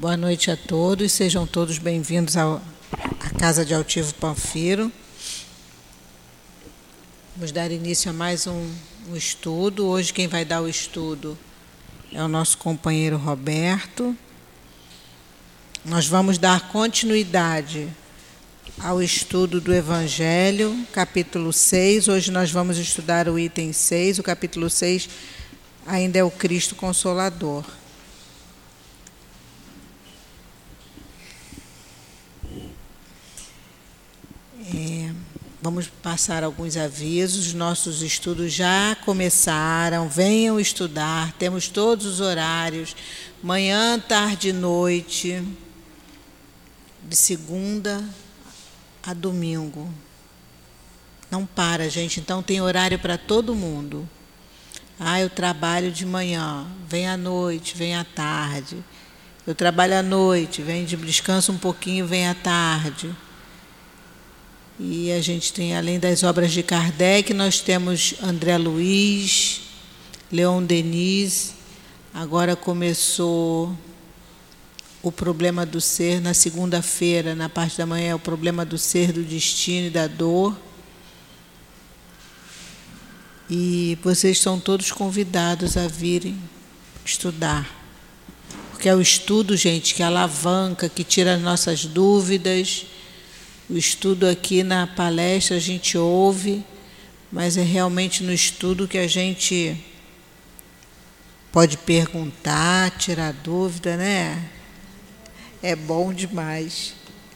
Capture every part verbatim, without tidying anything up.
Boa noite a todos, sejam todos bem-vindos à Casa de Altivo Panfiro. Vamos dar início a mais um, um estudo. Hoje quem vai dar o estudo é o nosso companheiro Roberto. Nós vamos dar continuidade ao estudo do Evangelho, capítulo seis. Hoje nós vamos estudar o item seis. O capítulo seis ainda é o Cristo Consolador. É, vamos passar alguns avisos. Nossos estudos já começaram. Venham estudar. Temos todos os horários. Manhã, tarde e noite. De segunda a domingo. Não para, gente. Então tem horário para todo mundo. Ah, eu trabalho de manhã. Vem à noite, vem à tarde. Eu trabalho à noite. Vem de descanso um pouquinho, vem à tarde. E a gente tem, além das obras de Kardec, nós temos André Luiz, Leon Denis. Agora começou o problema do ser, na segunda-feira, na parte da manhã, é o problema do ser, do destino e da dor. E vocês estão todos convidados a virem estudar. Porque é o estudo, gente, que alavanca, que tira as nossas dúvidas. O estudo aqui na palestra a gente ouve, mas é realmente no estudo que a gente pode perguntar, tirar dúvida, né? É bom demais.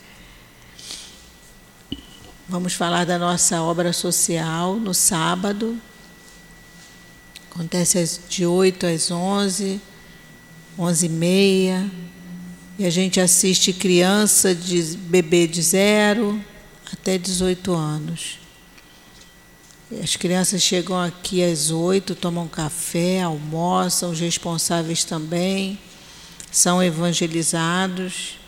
Vamos falar da nossa obra social no sábado. Acontece de oito às onze, onze e meia. E a gente assiste criança de bebê de zero até dezoito anos. As crianças chegam aqui às oito, tomam café, almoçam, os responsáveis também são evangelizados.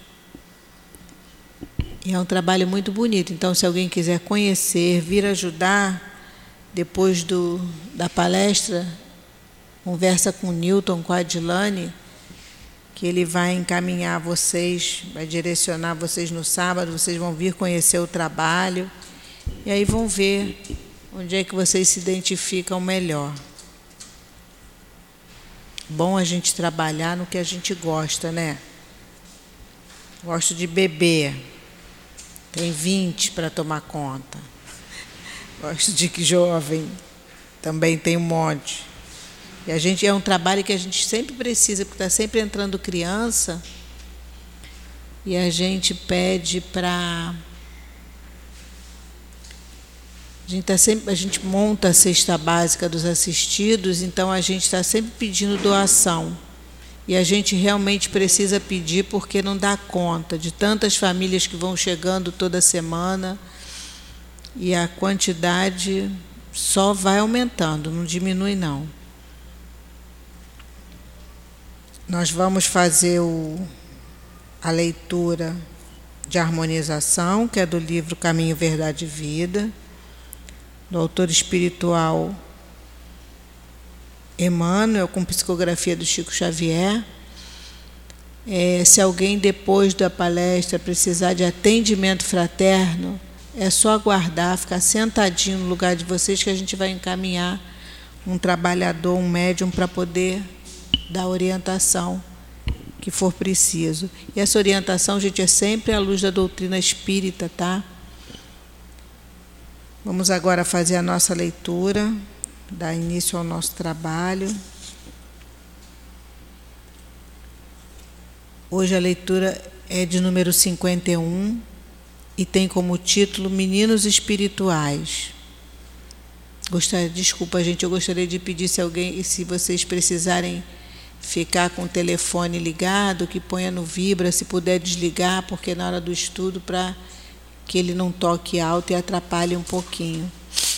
E é um trabalho muito bonito. Então, se alguém quiser conhecer, vir ajudar, depois do, da palestra, conversa com o Newton, com a Adilane, que ele vai encaminhar vocês, vai direcionar vocês no sábado, vocês vão vir conhecer o trabalho, e aí vão ver onde é que vocês se identificam melhor. Bom a gente trabalhar no que a gente gosta, né? Gosto de beber, tem vinte para tomar conta. Gosto de que jovem, também tem um monte. E a gente, é um trabalho que a gente sempre precisa, porque está sempre entrando criança, e a gente pede para... A gente, tá sempre, a gente monta a cesta básica dos assistidos, então a gente está sempre pedindo doação. E a gente realmente precisa pedir porque não dá conta de tantas famílias que vão chegando toda semana, e a quantidade só vai aumentando, não diminui não. Nós vamos fazer o, a leitura de harmonização, que é do livro Caminho, Verdade e Vida, do autor espiritual Emmanuel, com psicografia do Chico Xavier. É, se alguém, depois da palestra, precisar de atendimento fraterno, é só aguardar, ficar sentadinho no lugar de vocês, que a gente vai encaminhar um trabalhador, um médium, para poder da orientação que for preciso. E essa orientação, gente, é sempre à luz da doutrina espírita, tá? Vamos agora fazer a nossa leitura, dar início ao nosso trabalho. Hoje a leitura é de número cinquenta e um e tem como título Meninos Espirituais. Gostaria, desculpa, gente, eu gostaria de pedir, se alguém, se vocês precisarem ficar com o telefone ligado, que ponha no vibra, se puder desligar, porque na hora do estudo, para que ele não toque alto e atrapalhe um pouquinho.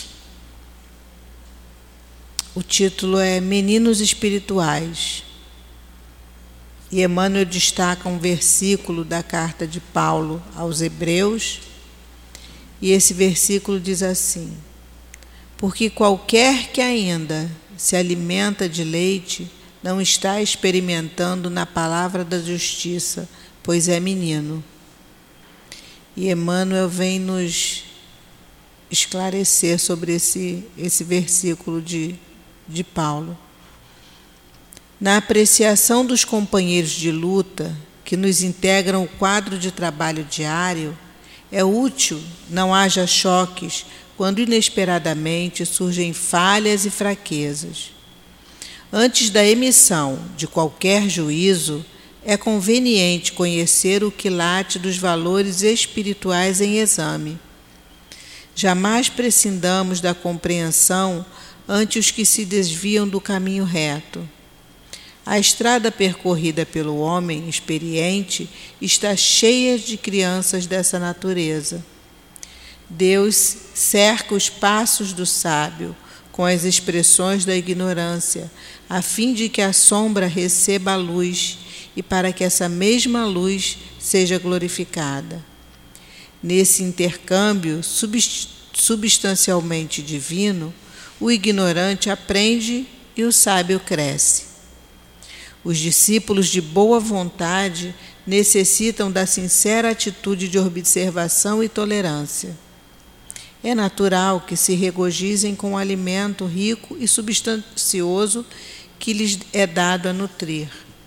O título é Meninos Espirituais. E Emmanuel destaca um versículo da carta de Paulo aos Hebreus, e esse versículo diz assim: porque qualquer que ainda se alimenta de leite não está experimentando na palavra da justiça, pois é menino. E Emmanuel vem nos esclarecer sobre esse, esse versículo de, de Paulo. Na apreciação dos companheiros de luta que nos integram o quadro de trabalho diário, é útil não haja choques quando inesperadamente surgem falhas e fraquezas. Antes da emissão de qualquer juízo, é conveniente conhecer o quilate dos valores espirituais em exame. Jamais prescindamos da compreensão ante os que se desviam do caminho reto. A estrada percorrida pelo homem experiente está cheia de crianças dessa natureza. Deus cerca os passos do sábio com as expressões da ignorância, a fim de que a sombra receba a luz e para que essa mesma luz seja glorificada. Nesse intercâmbio substancialmente divino, o ignorante aprende e o sábio cresce. Os discípulos de boa vontade necessitam da sincera atitude de observação e tolerância. É natural que se regozijem com o alimento rico e substancioso que lhes é dado a nutrir.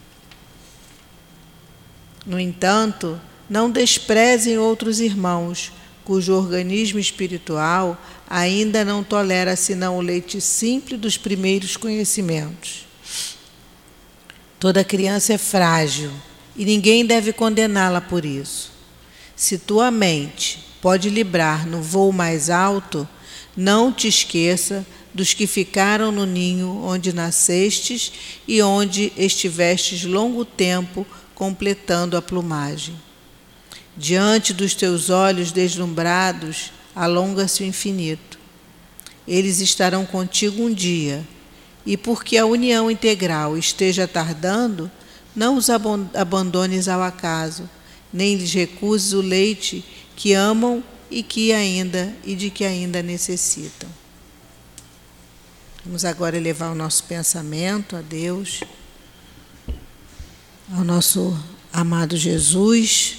No entanto, não desprezem outros irmãos, cujo organismo espiritual ainda não tolera senão o leite simples dos primeiros conhecimentos. Toda criança é frágil e ninguém deve condená-la por isso. Se tua mente pode livrar no voo mais alto, não te esqueça dos que ficaram no ninho onde nascestes e onde estivestes longo tempo completando a plumagem. Diante dos teus olhos deslumbrados, alonga-se o infinito. Eles estarão contigo um dia, e porque a união integral esteja tardando, não os abandones ao acaso, nem lhes recuses o leite que amam e que ainda e de que ainda necessitam. Vamos agora elevar o nosso pensamento a Deus, ao nosso amado Jesus,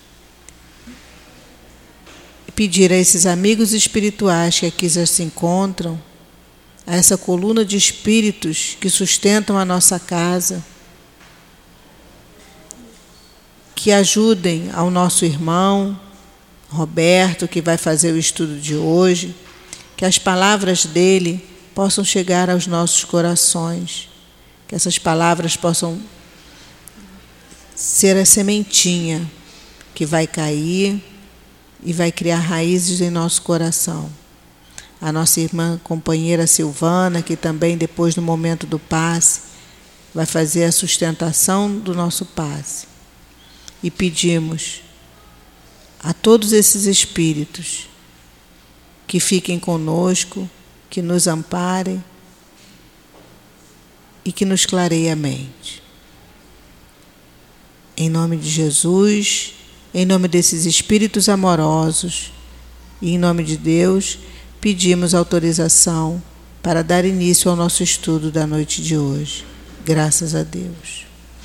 e pedir a esses amigos espirituais que aqui já se encontram, a essa coluna de espíritos que sustentam a nossa casa, que ajudem ao nosso irmão Roberto, que vai fazer o estudo de hoje, que as palavras dele possam chegar aos nossos corações, que essas palavras possam ser a sementinha que vai cair e vai criar raízes em nosso coração. A nossa irmã companheira Silvana, que também depois do momento do passe, vai fazer a sustentação do nosso passe. E pedimos a todos esses espíritos que fiquem conosco, que nos amparem e que nos clareiem a mente. Em nome de Jesus, em nome desses espíritos amorosos e em nome de Deus, pedimos autorização para dar início ao nosso estudo da noite de hoje. Graças a Deus.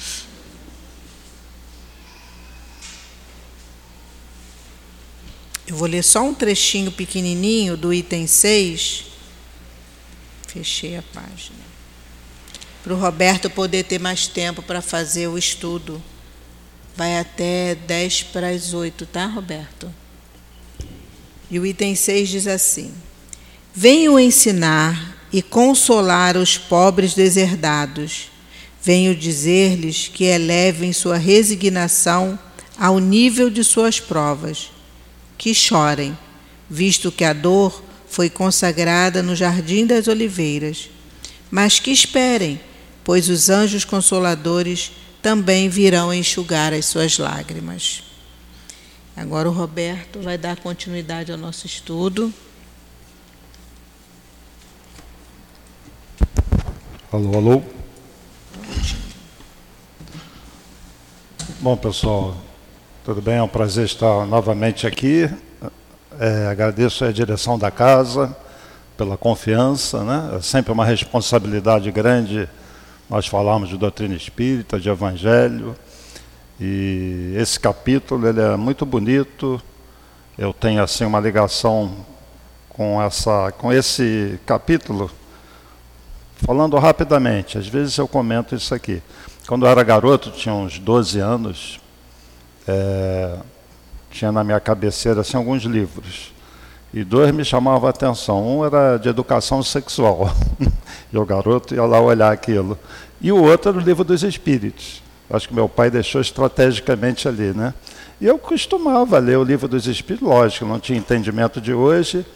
Eu vou ler só um trechinho pequenininho do item seis. Fechei a página. Para o Roberto poder ter mais tempo para fazer o estudo. Vai até dez para as oito, tá, Roberto? E o item seis diz assim: venho ensinar e consolar os pobres deserdados. Venho dizer-lhes que elevem sua resignação ao nível de suas provas. Que chorem, visto que a dor foi consagrada no Jardim das Oliveiras. Mas que esperem, pois os anjos consoladores também virão enxugar as suas lágrimas. Agora o Roberto vai dar continuidade ao nosso estudo. Alô, alô. Bom, pessoal, tudo bem? É um prazer estar novamente aqui. É, agradeço a direção da casa pela confiança, né? É sempre uma responsabilidade grande nós falamos de doutrina espírita, de evangelho, e esse capítulo ele é muito bonito. Eu tenho assim uma ligação com, essa, com esse capítulo. Falando rapidamente, às vezes eu comento isso aqui. Quando eu era garoto, tinha uns doze anos, é, tinha na minha cabeceira assim, alguns livros. E dois me chamavam a atenção. Um era de educação sexual. E o garoto ia lá olhar aquilo. E o outro era o livro dos Espíritos. Acho que meu pai deixou estrategicamente ali, né? E eu costumava ler o livro dos Espíritos, lógico, não tinha entendimento de hoje.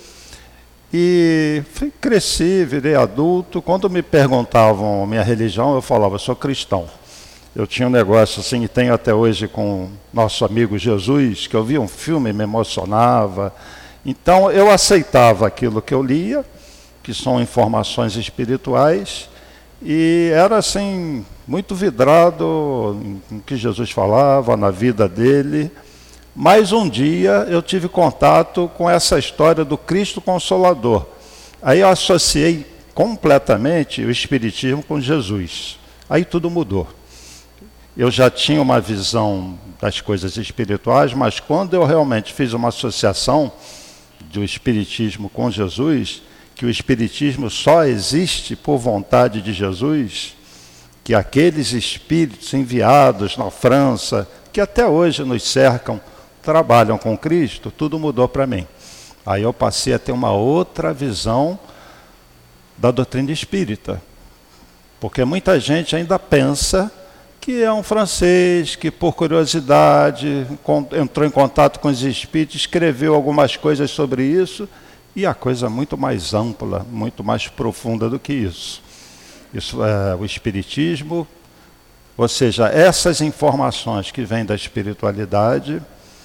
E fui, cresci, virei adulto. Quando me perguntavam a minha religião, eu falava, sou cristão. Eu tinha um negócio assim, e tenho até hoje com nosso amigo Jesus, que eu via um filme e me emocionava. Então eu aceitava aquilo que eu lia, que são informações espirituais, e era assim, muito vidrado no que Jesus falava, na vida dele. Mas um dia eu tive contato com essa história do Cristo Consolador. Aí eu associei completamente o Espiritismo com Jesus. Aí tudo mudou. Eu já tinha uma visão das coisas espirituais, mas quando eu realmente fiz uma associação do Espiritismo com Jesus, que o Espiritismo só existe por vontade de Jesus, que aqueles espíritos enviados na França, que até hoje nos cercam, trabalham com Cristo, tudo mudou para mim. Aí eu passei a ter uma outra visão da doutrina espírita. Porque muita gente ainda pensa que é um francês que, por curiosidade, entrou em contato com os espíritos, escreveu algumas coisas sobre isso, e a coisa é muito mais ampla, muito mais profunda do que isso. Isso é o espiritismo, ou seja, essas informações que vêm da espiritualidade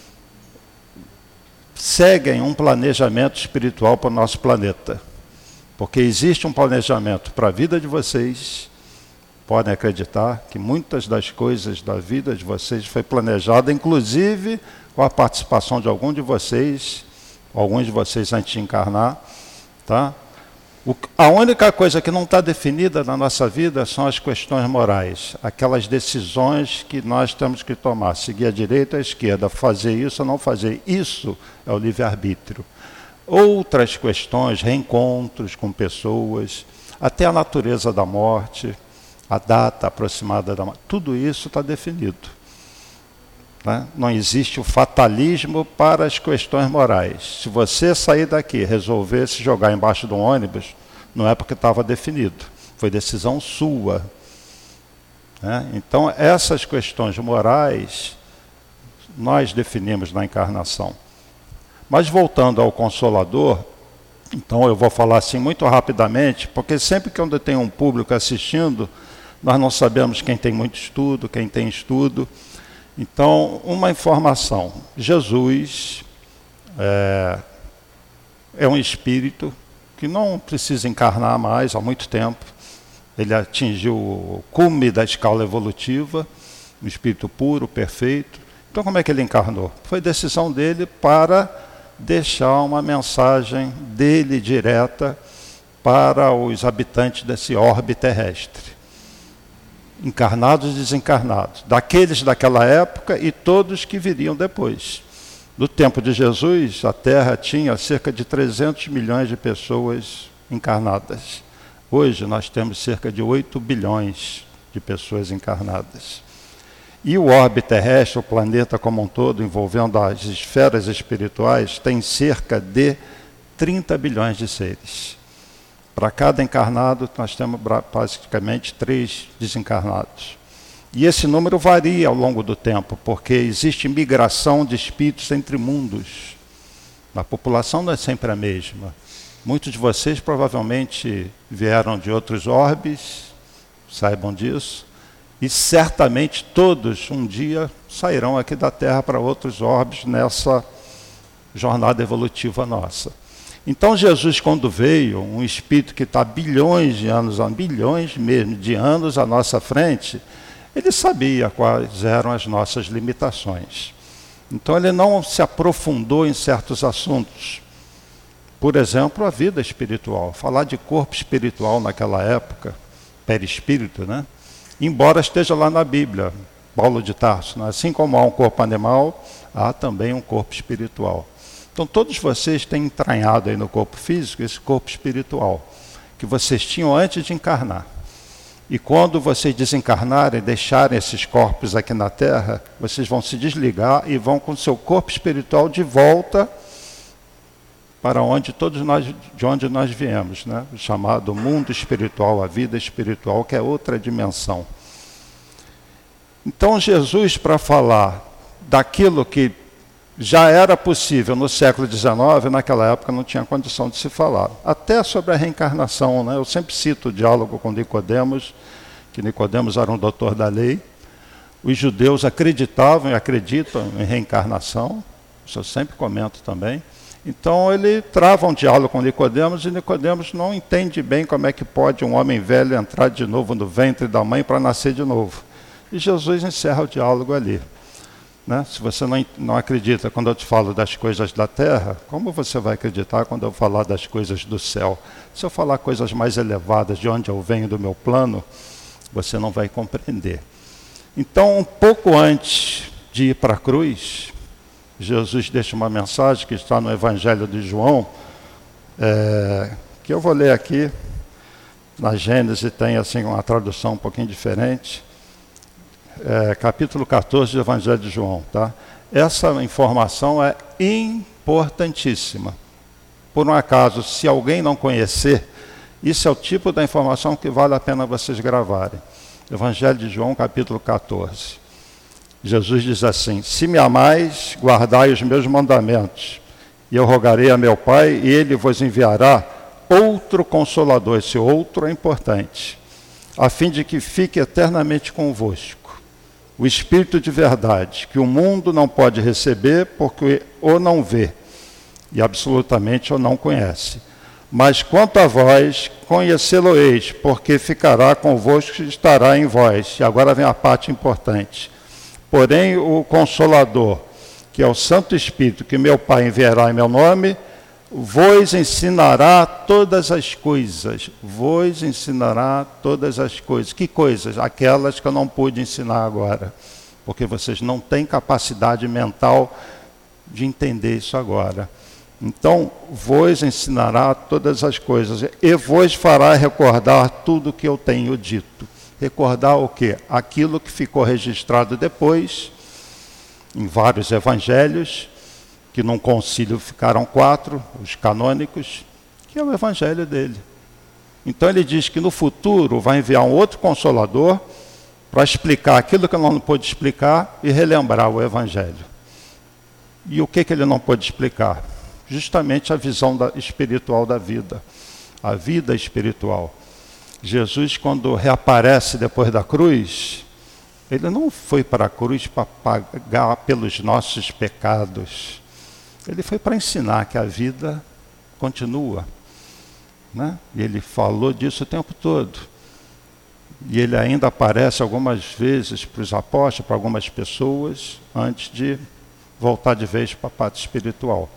seguem um planejamento espiritual para o nosso planeta. Porque existe um planejamento para a vida de vocês. Podem acreditar que muitas das coisas da vida de vocês foi planejada, inclusive com a participação de algum de vocês, alguns de vocês antes de encarnar. Tá? O, a única coisa que não está definida na nossa vida são as questões morais, aquelas decisões que nós temos que tomar, seguir a direita ou a esquerda, fazer isso ou não fazer. Isso é o livre-arbítrio. Outras questões, reencontros com pessoas, até a natureza da morte, a data aproximada da morte, tudo isso está definido. Né? Não existe o fatalismo para as questões morais. Se você sair daqui e resolver se jogar embaixo de um ônibus, não é porque estava definido, foi decisão sua. Né? Então, essas questões morais, nós definimos na encarnação. Mas voltando ao Consolador, então eu vou falar assim muito rapidamente, porque sempre que eu tenho um público assistindo, nós não sabemos quem tem muito estudo, quem tem estudo. Então, uma informação, Jesus é, é um espírito que não precisa encarnar mais há muito tempo. Ele atingiu o cume da escala evolutiva, um espírito puro, perfeito. Então, como é que ele encarnou? Foi decisão dele para deixar uma mensagem dele direta para os habitantes desse orbe terrestre, encarnados e desencarnados, daqueles daquela época e todos que viriam depois. No tempo de Jesus, a Terra tinha cerca de trezentos milhões de pessoas encarnadas. Hoje nós temos cerca de oito bilhões de pessoas encarnadas. E o orbe terrestre, o planeta como um todo, envolvendo as esferas espirituais, tem cerca de trinta bilhões de seres. Para cada encarnado, nós temos basicamente três desencarnados. E esse número varia ao longo do tempo, porque existe migração de espíritos entre mundos. A população não é sempre a mesma. Muitos de vocês provavelmente vieram de outros orbes, saibam disso. E certamente todos um dia sairão aqui da Terra para outros orbes nessa jornada evolutiva nossa. Então Jesus, quando veio, um espírito que está bilhões de anos, bilhões mesmo de anos à nossa frente, ele sabia quais eram as nossas limitações. Então ele não se aprofundou em certos assuntos. Por exemplo, a vida espiritual. Falar de corpo espiritual naquela época perispírito, né? Embora esteja lá na Bíblia, Paulo de Tarso, né? Assim como há um corpo animal, há também um corpo espiritual. Então todos vocês têm entranhado aí no corpo físico esse corpo espiritual, que vocês tinham antes de encarnar. E quando vocês desencarnarem, deixarem esses corpos aqui na Terra, vocês vão se desligar e vão com o seu corpo espiritual de volta para onde todos nós, de onde nós viemos, né? O chamado mundo espiritual, a vida espiritual, que é outra dimensão. Então Jesus, para falar daquilo que já era possível no século dezenove, naquela época não tinha condição de se falar. Até sobre a reencarnação, né? Eu sempre cito o diálogo com Nicodemos, que Nicodemos era um doutor da lei. Os judeus acreditavam e acreditam em reencarnação, isso eu sempre comento também. Então ele trava um diálogo com Nicodemos, e Nicodemos não entende bem como é que pode um homem velho entrar de novo no ventre da mãe para nascer de novo. E Jesus encerra o diálogo ali. Né? Se você não, não acredita quando eu te falo das coisas da terra, como você vai acreditar quando eu falar das coisas do céu? Se eu falar coisas mais elevadas, de onde eu venho, do meu plano, você não vai compreender. Então, um pouco antes de ir para a cruz, Jesus deixa uma mensagem que está no Evangelho de João, é, que eu vou ler aqui. Na Gênesis tem assim uma tradução um pouquinho diferente. É, capítulo catorze do Evangelho de João, tá? Essa informação é importantíssima. Por um acaso, se alguém não conhecer, isso é o tipo da informação que vale a pena vocês gravarem. Evangelho de João, capítulo catorze. Jesus diz assim: se me amais, guardai os meus mandamentos, e eu rogarei a meu Pai, e ele vos enviará outro Consolador. Esse outro é importante, a fim de que fique eternamente convosco. O Espírito de verdade, que o mundo não pode receber, porque o não vê, e absolutamente o não conhece. Mas quanto a vós, conhecê-lo-eis, porque ficará convosco e estará em vós. E agora vem a parte importante. Porém, o Consolador, que é o Santo Espírito, que meu Pai enviará em meu nome, vos ensinará todas as coisas. Vos ensinará todas as coisas. Que coisas? Aquelas que eu não pude ensinar agora. Porque vocês não têm capacidade mental de entender isso agora. Então, vos ensinará todas as coisas. E vos fará recordar tudo o que eu tenho dito. Recordar o quê? Aquilo que ficou registrado depois, em vários evangelhos, que num concílio ficaram quatro, os canônicos, que é o evangelho dele. Então ele diz que no futuro vai enviar um outro Consolador para explicar aquilo que ele não pôde explicar e relembrar o evangelho. E o que, que ele não pôde explicar? Justamente a visão da, espiritual da vida, a vida espiritual. Jesus, quando reaparece depois da cruz, ele não foi para a cruz para pagar pelos nossos pecados. Ele foi para ensinar que a vida continua. Né? E ele falou disso o tempo todo. E ele ainda aparece algumas vezes para os apóstolos, para algumas pessoas, antes de voltar de vez para a parte espiritual.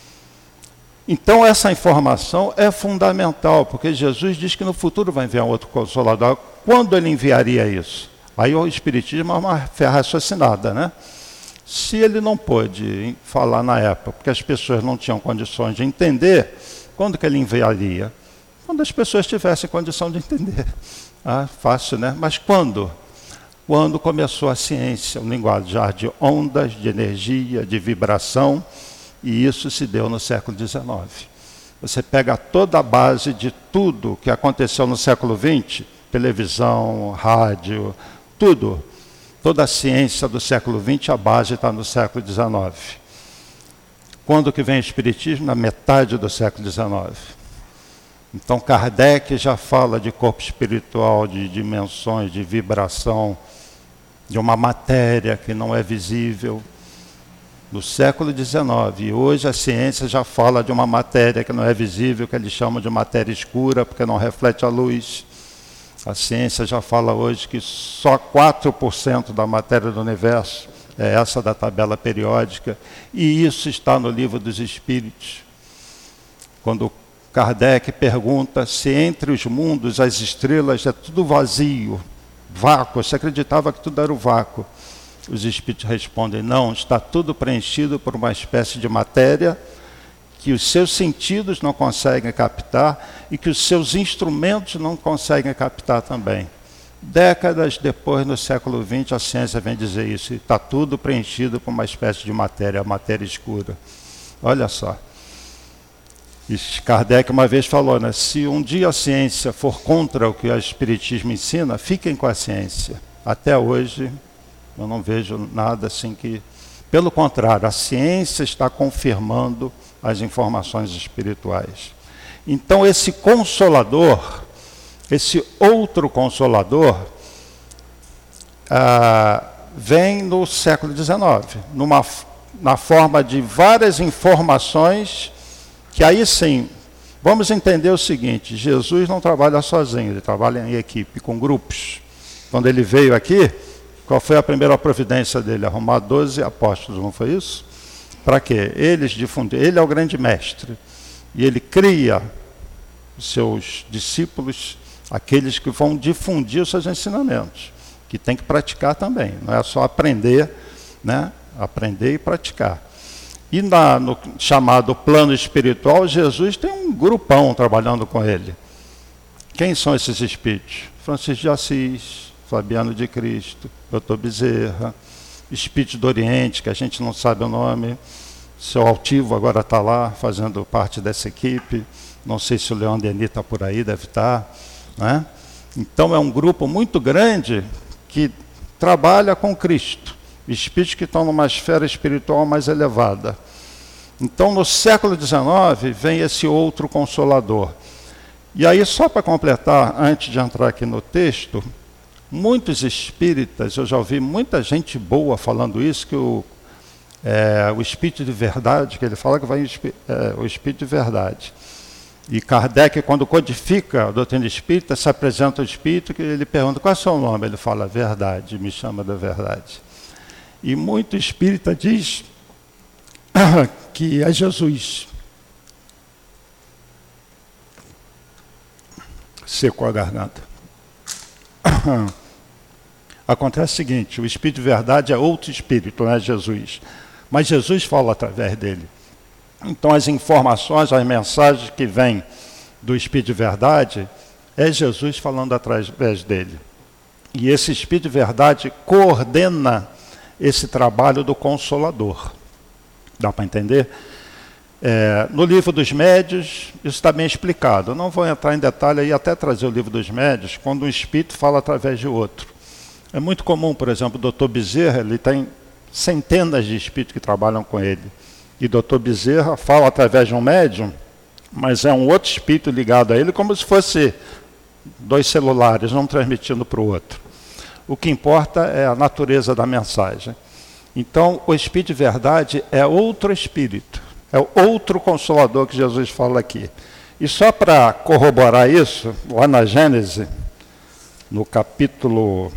Então essa informação é fundamental, porque Jesus diz que no futuro vai enviar outro Consolador. Quando ele enviaria isso? Aí o Espiritismo é uma fé raciocinada, né? Se ele não pôde falar na época, porque as pessoas não tinham condições de entender, quando que ele enviaria? Quando as pessoas tivessem condição de entender. Ah, fácil, né? Mas quando? Quando começou a ciência, o linguajar de ondas, de energia, de vibração, e isso se deu no século dezenove. Você pega toda a base de tudo que aconteceu no século vinte, televisão, rádio, tudo, toda a ciência do século vinte, a base está no século dezenove. Quando que vem o Espiritismo? Na metade do século dezenove. Então Kardec já fala de corpo espiritual, de dimensões, de vibração, de uma matéria que não é visível, no século dezenove. E hoje a ciência já fala de uma matéria que não é visível, que eles chamam de matéria escura, porque não reflete a luz. A ciência já fala hoje que só quatro por cento da matéria do universo é essa da tabela periódica, e isso está no Livro dos Espíritos. Quando Kardec pergunta se entre os mundos, as estrelas, é tudo vazio, vácuo. Você acreditava que tudo era o vácuo. Os espíritos respondem, não, está tudo preenchido por uma espécie de matéria que os seus sentidos não conseguem captar e que os seus instrumentos não conseguem captar também. Décadas depois, no século vinte, a ciência vem dizer isso. Está tudo preenchido por uma espécie de matéria, a matéria escura. Olha só. E Kardec uma vez falou, né, se um dia a ciência for contra o que o Espiritismo ensina, fiquem com a ciência. Até hoje, eu não vejo nada assim que... Pelo contrário, a ciência está confirmando as informações espirituais. Então, esse Consolador, esse outro Consolador, ah, vem no século dezenove, numa, na forma de várias informações, que aí sim, vamos entender o seguinte, Jesus não trabalha sozinho, ele trabalha em equipe, com grupos. Quando ele veio aqui, qual foi a primeira providência dele? Arrumar doze apóstolos, não foi isso? Para quê? Eles difundir. Ele é o grande mestre. E ele cria os seus discípulos, aqueles que vão difundir os seus ensinamentos, que tem que praticar também. Não é só aprender, né? Aprender e praticar. E na, no chamado plano espiritual, Jesus tem um grupão trabalhando com ele. Quem são esses espíritos? Francisco de Assis, Fabiano de Cristo, doutor Bezerra, Espírito do Oriente, que a gente não sabe o nome, seu Altivo agora está lá, fazendo parte dessa equipe, não sei se o Leão Denis está por aí, deve estar, né? Então é um grupo muito grande que trabalha com Cristo, espíritos que estão numa esfera espiritual mais elevada. Então no século dezenove vem esse outro Consolador. E aí, só para completar, antes de entrar aqui no texto, muitos espíritas, eu já ouvi muita gente boa falando isso, que o, é, o Espírito de Verdade, que ele fala que vai é, o Espírito de Verdade. E Kardec, quando codifica a doutrina espírita, se apresenta ao Espírito, que ele pergunta, qual é o seu nome? Ele fala, verdade, me chama da verdade. E muito espírita diz que é Jesus. Secou a garganta. Acontece o seguinte, o Espírito de Verdade é outro Espírito, não é Jesus. Mas Jesus fala através dele. Então as informações, as mensagens que vêm do Espírito de Verdade, é Jesus falando através dele. E esse Espírito de Verdade coordena esse trabalho do Consolador. Dá para entender? É, no livro dos médios, isso está bem explicado. Eu não vou entrar em detalhe aí, até trazer o livro dos médios, quando um espírito fala através de outro. É muito comum, por exemplo, o doutor Bezerra, ele tem centenas de espíritos que trabalham com ele. E o doutor Bezerra fala através de um médium, mas é um outro espírito ligado a ele, como se fosse dois celulares, um transmitindo para o outro. O que importa é a natureza da mensagem. Então, o Espírito de Verdade é outro espírito, é outro Consolador que Jesus fala aqui. E só para corroborar isso, lá na Gênesis, no capítulo...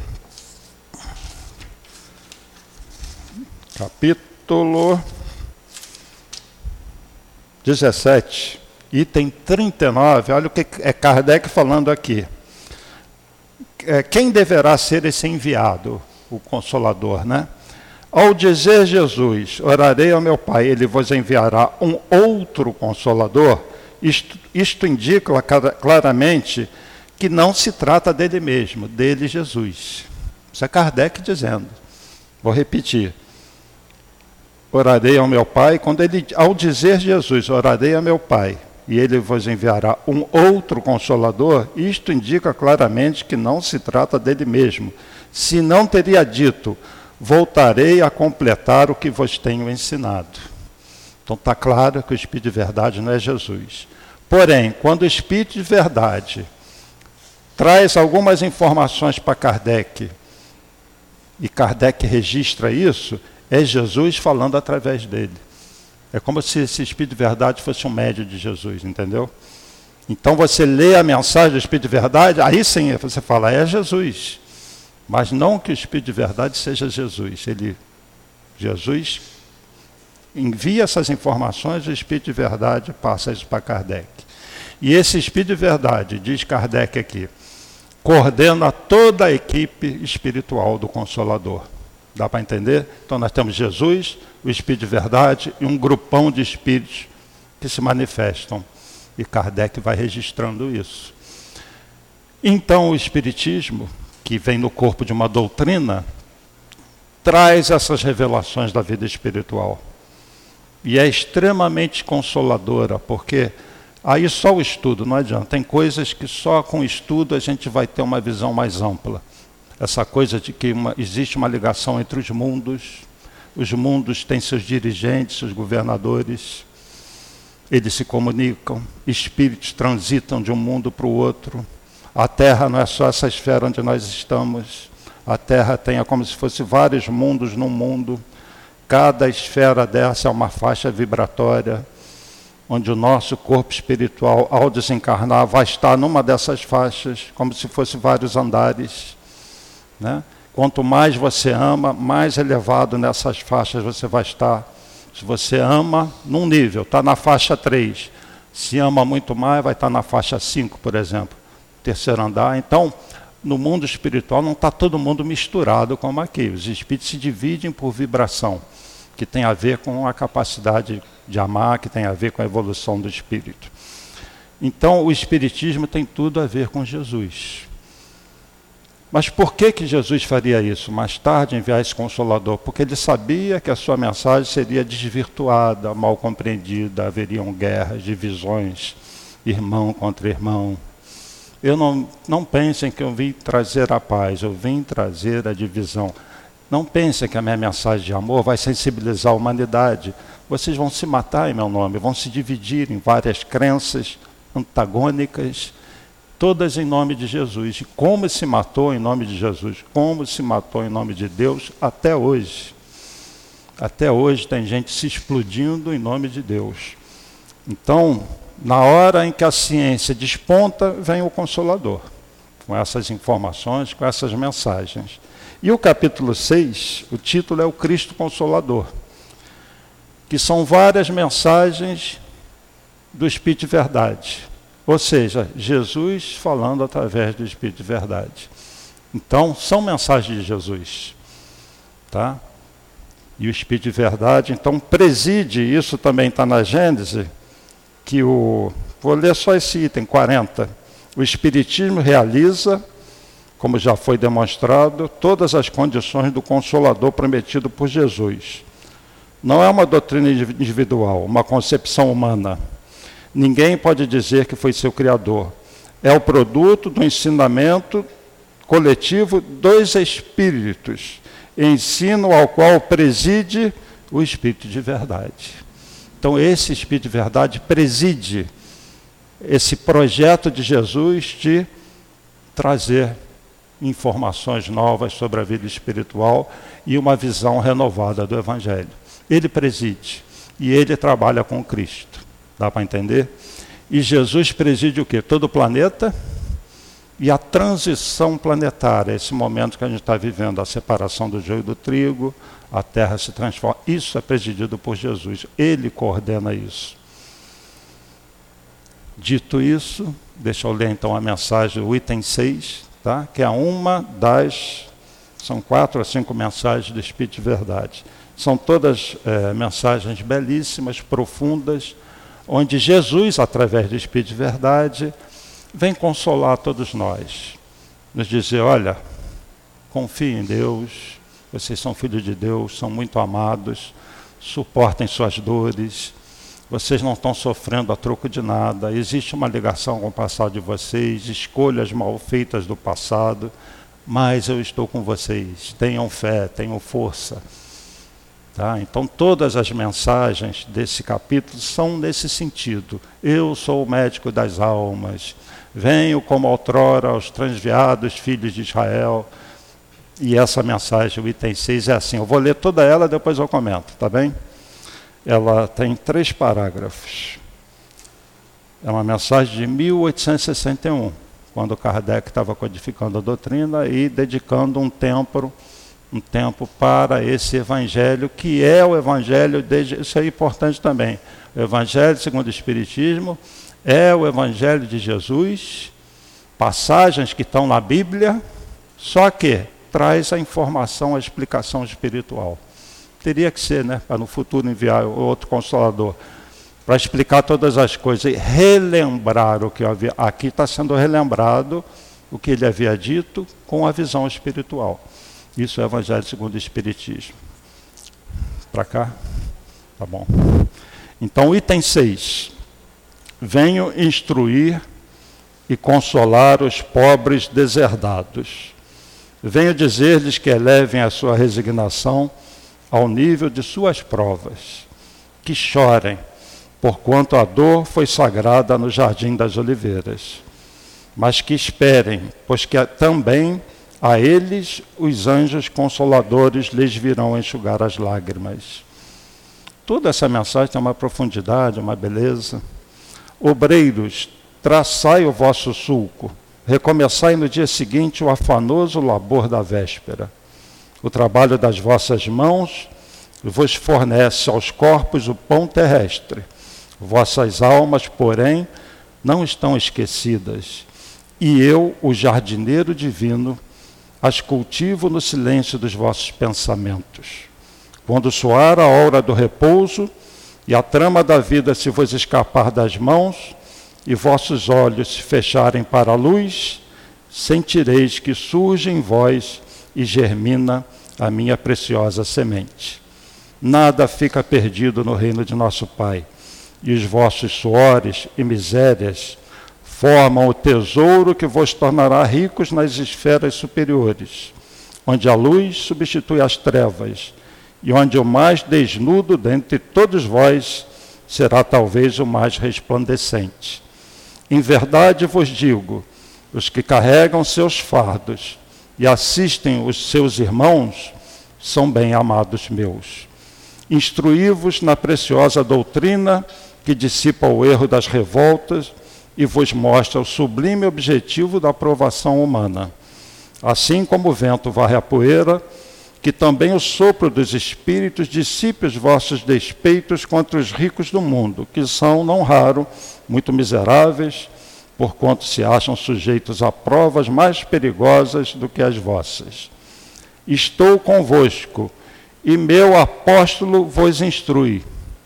Capítulo dezessete, item trinta e nove, olha o que é Kardec falando aqui. Quem deverá ser esse enviado, o Consolador, né? Ao dizer Jesus, orarei ao meu Pai, ele vos enviará um outro Consolador, isto, isto indica claramente que não se trata dele mesmo, dele Jesus. Isso é Kardec dizendo. Vou repetir. Orarei ao meu Pai, quando ele, ao dizer Jesus, orarei ao meu Pai, e ele vos enviará um outro Consolador, isto indica claramente que não se trata dele mesmo. Se não teria dito, voltarei a completar o que vos tenho ensinado. Então está claro que o Espírito de Verdade não é Jesus. Porém, quando o Espírito de Verdade traz algumas informações para Kardec, e Kardec registra isso, é Jesus falando através dele. É como se esse Espírito de Verdade fosse um médium de Jesus, entendeu? Então você lê a mensagem do Espírito de Verdade, aí sim você fala, é Jesus. Mas não que o Espírito de Verdade seja Jesus. Ele, Jesus envia essas informações, o Espírito de Verdade passa isso para Kardec. E esse Espírito de verdade, diz Kardec aqui, coordena toda a equipe espiritual do Consolador. Dá para entender? Então nós temos Jesus, o Espírito de verdade e um grupão de espíritos que se manifestam. E Kardec vai registrando isso. Então o Espiritismo, que vem no corpo de uma doutrina, traz essas revelações da vida espiritual. E é extremamente consoladora, porque aí só o estudo, não adianta. Tem coisas que só com o estudo a gente vai ter uma visão mais ampla. Essa coisa de que uma, existe uma ligação entre os mundos, os mundos têm seus dirigentes, seus governadores, eles se comunicam, espíritos transitam de um mundo para o outro. A Terra não é só essa esfera onde nós estamos. A Terra tem é como se fosse vários mundos num mundo. Cada esfera dessa é uma faixa vibratória, onde o nosso corpo espiritual, ao desencarnar, vai estar numa dessas faixas, como se fosse vários andares, né? Quanto mais você ama, mais elevado nessas faixas você vai estar. Se você ama num nível, está na faixa três. Se ama muito mais, vai estar na faixa cinco, por exemplo, terceiro andar. Então, no mundo espiritual não está todo mundo misturado como aqui. Os espíritos se dividem por vibração, que tem a ver com a capacidade de amar, que tem a ver com a evolução do espírito. Então, o espiritismo tem tudo a ver com Jesus. Mas por que que Jesus faria isso? Mais tarde enviar esse Consolador? Porque ele sabia que a sua mensagem seria desvirtuada, mal compreendida, haveriam guerras, divisões, irmão contra irmão. Eu não, não pensem que eu vim trazer a paz, eu vim trazer a divisão. Não pensem que a minha mensagem de amor vai sensibilizar a humanidade. Vocês vão se matar em meu nome, vão se dividir em várias crenças antagônicas, todas em nome de Jesus. E como se matou em nome de Jesus, como se matou em nome de Deus até hoje. Até hoje tem gente se explodindo em nome de Deus. Então, na hora em que a ciência desponta, vem o Consolador, com essas informações, com essas mensagens. E o capítulo seis, o título é o Cristo Consolador, que são várias mensagens do Espírito de Verdade. Ou seja, Jesus falando através do Espírito de Verdade. Então, são mensagens de Jesus. Tá? E o Espírito de Verdade, então, preside, isso também está na Gênesis, que o... Vou ler só esse item, quarenta. O Espiritismo realiza, como já foi demonstrado, todas as condições do Consolador prometido por Jesus. Não é uma doutrina individual, uma concepção humana. Ninguém pode dizer que foi seu criador. É o produto do ensinamento coletivo dos Espíritos, ensino ao qual preside o Espírito de Verdade. Então, esse Espírito de Verdade preside esse projeto de Jesus de trazer informações novas sobre a vida espiritual e uma visão renovada do Evangelho. Ele preside e ele trabalha com Cristo. Dá para entender? E Jesus preside o quê? Todo o planeta e a transição planetária, esse momento que a gente está vivendo, a separação do joio e do trigo, a Terra se transforma. Isso é presidido por Jesus. Ele coordena isso. Dito isso, deixa eu ler então a mensagem, o item seis, tá? Que é uma das... São quatro ou cinco mensagens do Espírito de Verdade. São todas é, mensagens belíssimas, profundas, onde Jesus, através do Espírito de Verdade, vem consolar todos nós. Nos dizer, olha, confiem em Deus, vocês são filhos de Deus, são muito amados, suportem suas dores, vocês não estão sofrendo a troco de nada, existe uma ligação com o passado de vocês, escolhas mal feitas do passado, mas eu estou com vocês, tenham fé, tenham força. Tá? Então, todas as mensagens desse capítulo são nesse sentido. Eu sou o médico das almas, venho como outrora aos transviados filhos de Israel. E essa mensagem, o item seis, é assim. Eu vou ler toda ela, depois eu comento, tá bem? Ela tem três parágrafos. É uma mensagem de mil oitocentos e sessenta e um, quando Kardec estava codificando a doutrina e dedicando um tempo... um tempo para esse evangelho, que é o evangelho, desde, isso é importante também, o evangelho segundo o Espiritismo É o Evangelho de Jesus, passagens que estão na Bíblia, só que traz a informação, a explicação espiritual. Teria que ser, né? Para no futuro enviar outro Consolador, para explicar todas as coisas e relembrar o que havia. Aqui está sendo relembrado o que ele havia dito com a visão espiritual. Isso é o Evangelho segundo o Espiritismo. Para cá? Tá bom. Então, item seis. Venho instruir e consolar os pobres deserdados. Venho dizer-lhes que elevem a sua resignação ao nível de suas provas, que chorem, porquanto a dor foi sagrada no jardim das oliveiras, mas que esperem, pois que também a eles os anjos consoladores lhes virão enxugar as lágrimas. Toda essa mensagem tem uma profundidade, uma beleza. Obreiros, traçai o vosso sulco, recomeçai no dia seguinte o afanoso labor da véspera. O trabalho das vossas mãos vos fornece aos corpos o pão terrestre. Vossas almas, porém, não estão esquecidas. E eu, o jardineiro divino, as cultivo no silêncio dos vossos pensamentos. Quando soar a hora do repouso e a trama da vida se vos escapar das mãos e vossos olhos se fecharem para a luz, sentireis que surge em vós e germina a minha preciosa semente. Nada fica perdido no reino de nosso Pai, e os vossos suores e misérias formam o tesouro que vos tornará ricos nas esferas superiores, onde a luz substitui as trevas, e onde o mais desnudo dentre todos vós será talvez o mais resplandecente. Em verdade vos digo, os que carregam seus fardos e assistem os seus irmãos são bem amados meus. Instruí-vos na preciosa doutrina que dissipa o erro das revoltas e vos mostra o sublime objetivo da aprovação humana. Assim como o vento varre a poeira, que também o sopro dos espíritos dissipe os vossos despeitos contra os ricos do mundo, que são, não raro, muito miseráveis, porquanto se acham sujeitos a provas mais perigosas do que as vossas. Estou convosco, e meu apóstolo vos instrui.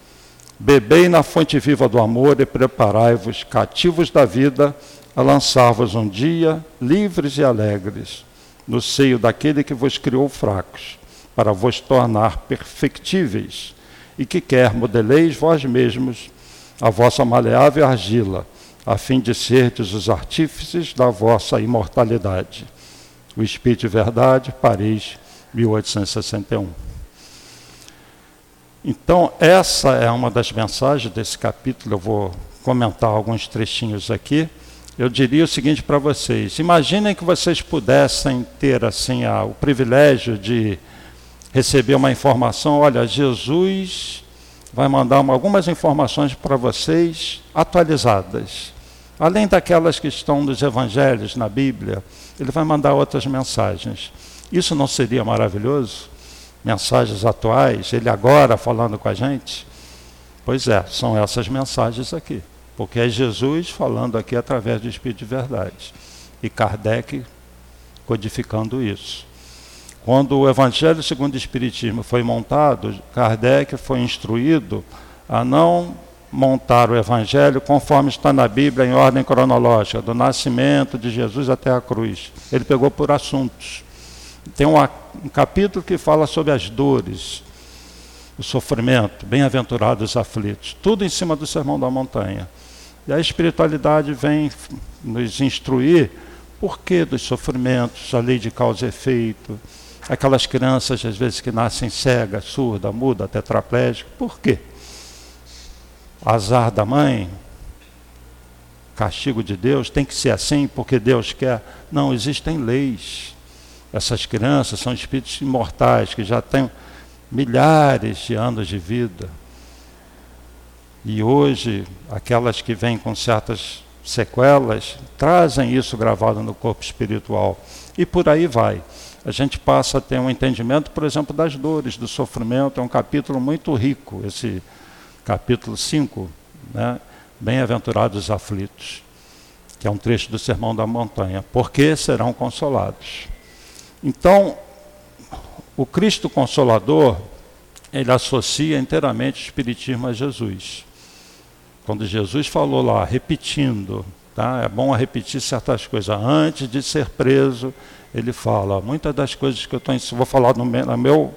Bebei na fonte viva do amor e preparai-vos, cativos da vida, a lançar-vos um dia, livres e alegres, no seio daquele que vos criou fracos, para vos tornar perfectíveis, e que quer modeleis vós mesmos a vossa maleável argila, a fim de serdes os artífices da vossa imortalidade. O Espírito de Verdade, Paris, mil oitocentos e sessenta e um. Então, essa é uma das mensagens desse capítulo. Eu vou comentar alguns trechinhos aqui. Eu diria o seguinte para vocês: imaginem que vocês pudessem ter assim a, o privilégio de receber uma informação. Olha, Jesus vai mandar uma, algumas informações para vocês atualizadas. Além daquelas que estão nos evangelhos, na Bíblia, ele vai mandar outras mensagens. Isso não seria maravilhoso? Mensagens atuais, ele agora falando com a gente? Pois é, são essas mensagens aqui. Porque é Jesus falando aqui através do Espírito de Verdade. E Kardec codificando isso. Quando o Evangelho segundo o Espiritismo foi montado, Kardec foi instruído a não montar o Evangelho conforme está na Bíblia, em ordem cronológica, do nascimento de Jesus até a cruz. Ele pegou por assuntos. Tem um, um capítulo que fala sobre as dores, o sofrimento, bem-aventurados os aflitos, tudo em cima do Sermão da Montanha. E a espiritualidade vem nos instruir por que dos sofrimentos, a lei de causa e efeito, aquelas crianças às vezes que nascem cega, surda, muda, tetraplégica, por quê? Azar da mãe, castigo de Deus, tem que ser assim porque Deus quer. Não, existem leis. Essas crianças são espíritos imortais que já têm milhares de anos de vida. E hoje, aquelas que vêm com certas sequelas, trazem isso gravado no corpo espiritual. E por aí vai. A gente passa a ter um entendimento, por exemplo, das dores, do sofrimento. É um capítulo muito rico, esse capítulo cinco, né? Bem-aventurados os aflitos, que é um trecho do Sermão da Montanha, porque serão consolados. Então, o Cristo Consolador, ele associa inteiramente o Espiritismo a Jesus. Quando Jesus falou lá, repetindo, tá? É bom repetir certas coisas. Antes de ser preso, ele fala, muitas das coisas que eu estou ensinando, vou falar no meu, no meu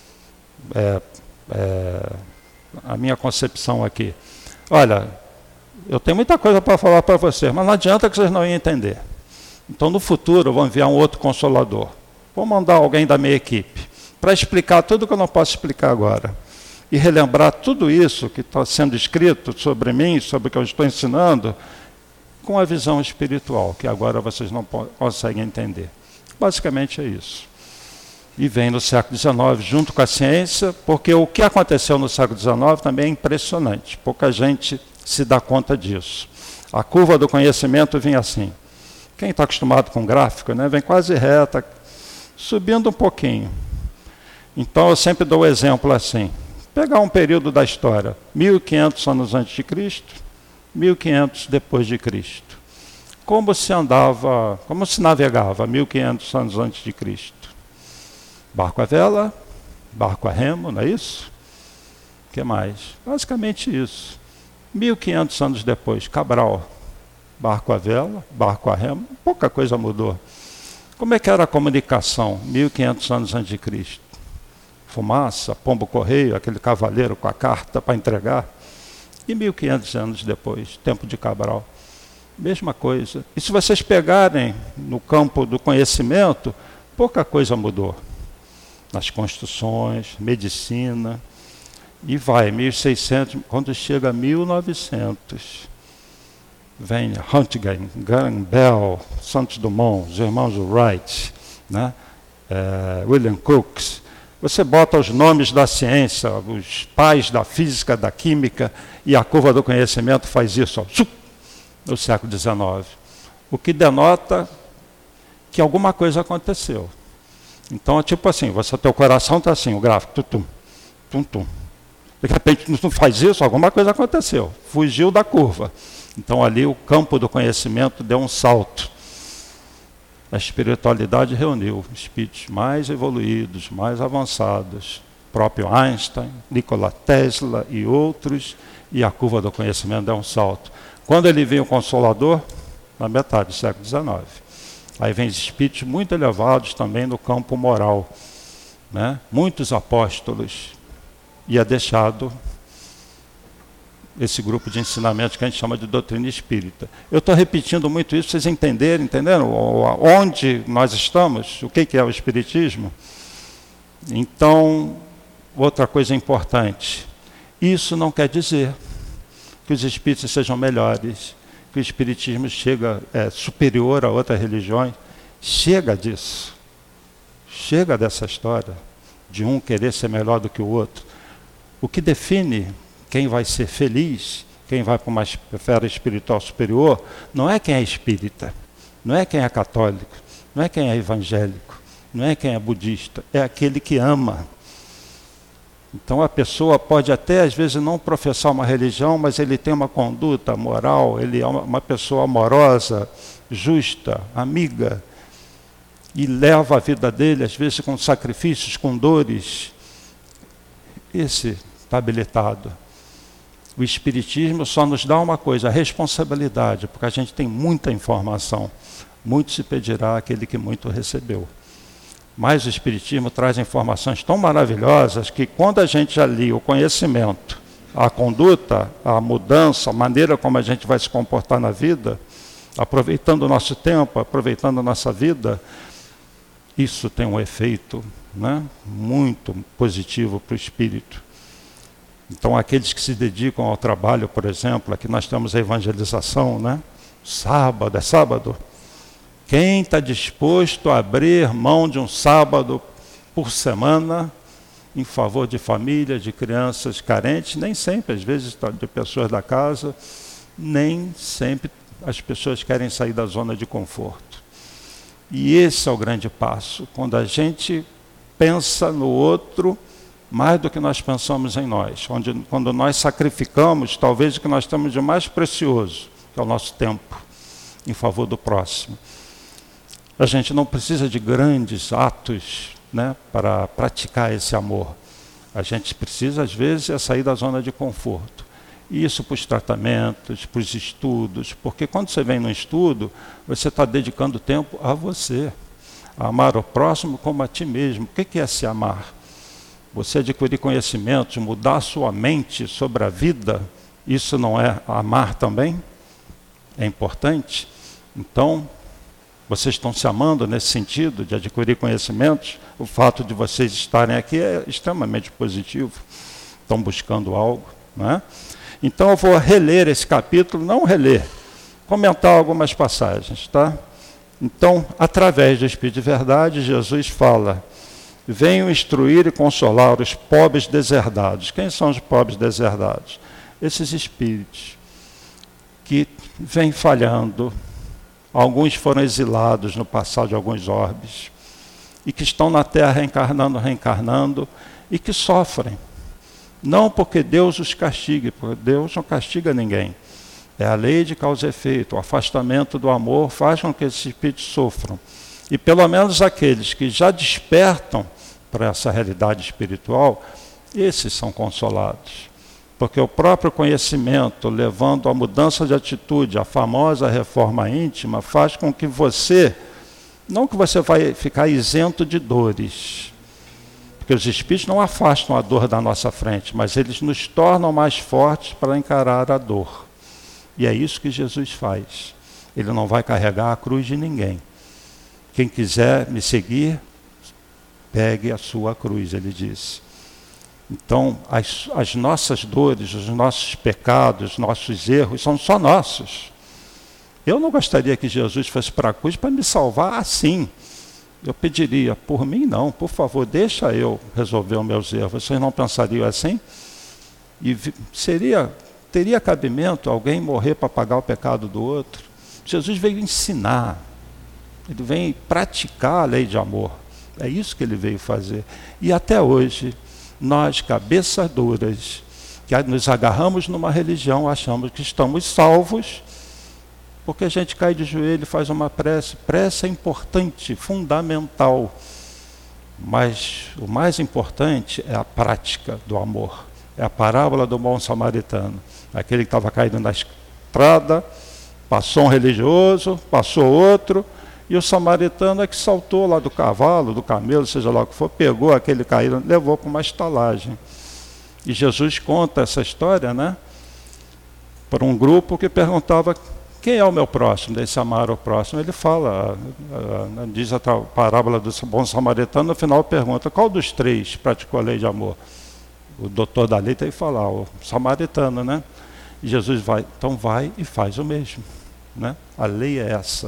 é, é, a minha concepção aqui. Olha, eu tenho muita coisa para falar para vocês, mas não adianta que vocês não iam entender. Então, no futuro, eu vou enviar um outro consolador. Vou mandar alguém da minha equipe para explicar tudo que eu não posso explicar agora. E relembrar tudo isso que está sendo escrito sobre mim, sobre o que eu estou ensinando, com a visão espiritual, que agora vocês não conseguem entender. Basicamente é isso. E vem no século dezenove junto com a ciência, porque o que aconteceu no século dezenove também é impressionante. Pouca gente se dá conta disso. A curva do conhecimento vinha assim. Quem está acostumado com gráfico, né, vem quase reta, subindo um pouquinho. Então eu sempre dou o exemplo assim. Pegar um período da história, mil e quinhentos anos antes de Cristo, mil e quinhentos depois de Cristo. Como se andava, como se navegava mil e quinhentos anos antes de Cristo? Barco a vela, barco a remo, não é isso? O que mais? Basicamente isso. mil e quinhentos anos depois, Cabral, barco a vela, barco a remo, pouca coisa mudou. Como é que era a comunicação mil e quinhentos anos antes de Cristo? Fumaça, pombo-correio, aquele cavaleiro com a carta para entregar. E mil e quinhentos anos depois, tempo de Cabral, mesma coisa. E se vocês pegarem no campo do conhecimento, pouca coisa mudou. Nas construções, medicina, e vai, mil e seiscentos, quando chega a mil e novecentos, vem Röntgen, Graham Bell, Santos Dumont, os irmãos Wright, né? é, William Crookes. Você bota os nomes da ciência, os pais da física, da química, e a curva do conhecimento faz isso, ó, no século dezenove. O que denota que alguma coisa aconteceu. Então, é tipo assim, você, teu coração está assim, o gráfico, tum, tum, tum. De repente, não faz isso, alguma coisa aconteceu. Fugiu da curva. Então, ali, o campo do conhecimento deu um salto. A espiritualidade reuniu espíritos mais evoluídos, mais avançados, próprio Einstein, Nikola Tesla e outros, e a curva do conhecimento deu um salto. Quando ele vem o Consolador, na metade do século dezenove. Aí vem espíritos muito elevados também no campo moral, né? Muitos apóstolos, e é deixado esse grupo de ensinamentos que a gente chama de doutrina espírita. Eu estou repetindo muito isso para vocês entenderem, entenderam? Onde nós estamos, o que é o espiritismo. Então, outra coisa importante, isso não quer dizer que os espíritos sejam melhores, que o espiritismo chega, é superior a outras religiões. Chega disso. Chega dessa história de um querer ser melhor do que o outro. O que define quem vai ser feliz, quem vai para uma esfera espiritual superior, não é quem é espírita, não é quem é católico, não é quem é evangélico, não é quem é budista, é aquele que ama. Então a pessoa pode até às vezes não professar uma religião, mas ele tem uma conduta moral, ele é uma pessoa amorosa, justa, amiga, e leva a vida dele às vezes com sacrifícios, com dores. Esse está habilitado. O Espiritismo só nos dá uma coisa, a responsabilidade, porque a gente tem muita informação. Muito se pedirá àquele que muito recebeu. Mas o Espiritismo traz informações tão maravilhosas que quando a gente alia o conhecimento, a conduta, a mudança, a maneira como a gente vai se comportar na vida, aproveitando o nosso tempo, aproveitando a nossa vida, isso tem um efeito, né, muito positivo para o espírito. Então, aqueles que se dedicam ao trabalho, por exemplo, aqui nós temos a evangelização, né? Sábado, é sábado. Quem está disposto a abrir mão de um sábado por semana em favor de famílias, de crianças carentes, nem sempre, às vezes, de pessoas da casa, nem sempre as pessoas querem sair da zona de conforto. E esse é o grande passo, quando a gente pensa no outro mais do que nós pensamos em nós, onde, quando nós sacrificamos talvez o que nós temos de mais precioso, que é o nosso tempo, em favor do próximo. A gente não precisa de grandes atos, né, para praticar esse amor. A gente precisa, às vezes, é sair da zona de conforto. E isso para os tratamentos, para os estudos, porque quando você vem no estudo, você está dedicando tempo a você, a amar o próximo como a ti mesmo. O que é se amar? Você adquirir conhecimentos, mudar a sua mente sobre a vida, isso não é amar também? É importante? Então, vocês estão se amando nesse sentido de adquirir conhecimentos? O fato de vocês estarem aqui é extremamente positivo. Estão buscando algo, não é? Então eu vou reler esse capítulo, não reler, comentar algumas passagens, tá? Então, através do Espírito de Verdade, Jesus fala: venham instruir e consolar os pobres deserdados. Quem são os pobres deserdados? Esses espíritos que vêm falhando. Alguns foram exilados no passado de alguns orbes, e que estão na Terra reencarnando, reencarnando, e que sofrem. Não porque Deus os castigue, porque Deus não castiga ninguém. É a lei de causa e efeito, o afastamento do amor faz com que esses espíritos sofram. E pelo menos aqueles que já despertam para essa realidade espiritual, esses são consolados. Porque o próprio conhecimento, levando à mudança de atitude, a famosa reforma íntima, faz com que você, não que você vai ficar isento de dores, porque os espíritos não afastam a dor da nossa frente, mas eles nos tornam mais fortes para encarar a dor. E é isso que Jesus faz. Ele não vai carregar a cruz de ninguém. Quem quiser me seguir, pegue a sua cruz, ele disse. Então, as, as nossas dores, os nossos pecados, nossos erros, são só nossos. Eu não gostaria que Jesus fosse para a cruz para me salvar assim. Eu pediria, por mim não, por favor, deixa eu resolver os meus erros. Vocês não pensariam assim? E seria, teria cabimento alguém morrer para pagar o pecado do outro? Jesus veio ensinar, ele vem praticar a lei de amor. É isso que ele veio fazer. E até hoje, nós, cabeças duras, que nos agarramos numa religião, achamos que estamos salvos, porque a gente cai de joelho e faz uma prece. Prece é importante, fundamental, mas o mais importante é a prática do amor. É a parábola do bom samaritano. Aquele que estava caído na estrada, passou um religioso, passou outro, e o samaritano é que saltou lá do cavalo, do camelo, seja lá o que for, pegou aquele caído, levou para uma estalagem. E Jesus conta essa história, né, para um grupo que perguntava: quem é o meu próximo? Desse amar o próximo. Ele fala, diz a parábola do bom samaritano, no final pergunta: qual dos três praticou a lei de amor? O doutor da lei tem que falar, o samaritano, né? E Jesus vai, então vai e faz o mesmo, né? A lei é essa.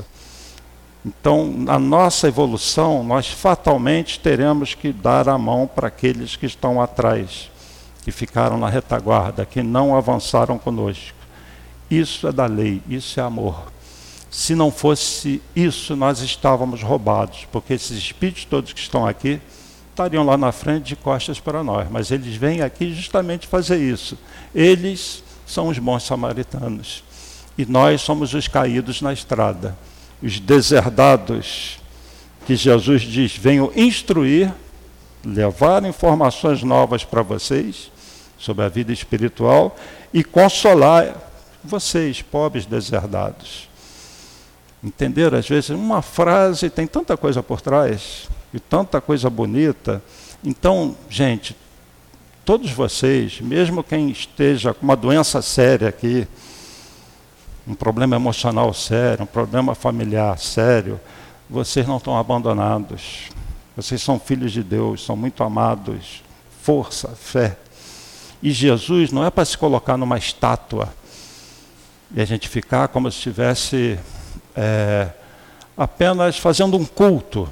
Então, na nossa evolução, nós fatalmente teremos que dar a mão para aqueles que estão atrás, que ficaram na retaguarda, que não avançaram conosco. Isso é da lei, isso é amor. Se não fosse isso, nós estávamos roubados, porque esses espíritos todos que estão aqui estariam lá na frente de costas para nós, mas eles vêm aqui justamente fazer isso. Eles são os bons samaritanos, e nós somos os caídos na estrada. Os deserdados, que Jesus diz: venham instruir, levar informações novas para vocês sobre a vida espiritual e consolar vocês, pobres deserdados. Entenderam? Às vezes uma frase tem tanta coisa por trás, e tanta coisa bonita. Então, gente, todos vocês, mesmo quem esteja com uma doença séria aqui, um problema emocional sério, um problema familiar sério, vocês não estão abandonados. Vocês são filhos de Deus, são muito amados. Força, fé. E Jesus não é para se colocar numa estátua e a gente ficar como se estivesse é, apenas fazendo um culto.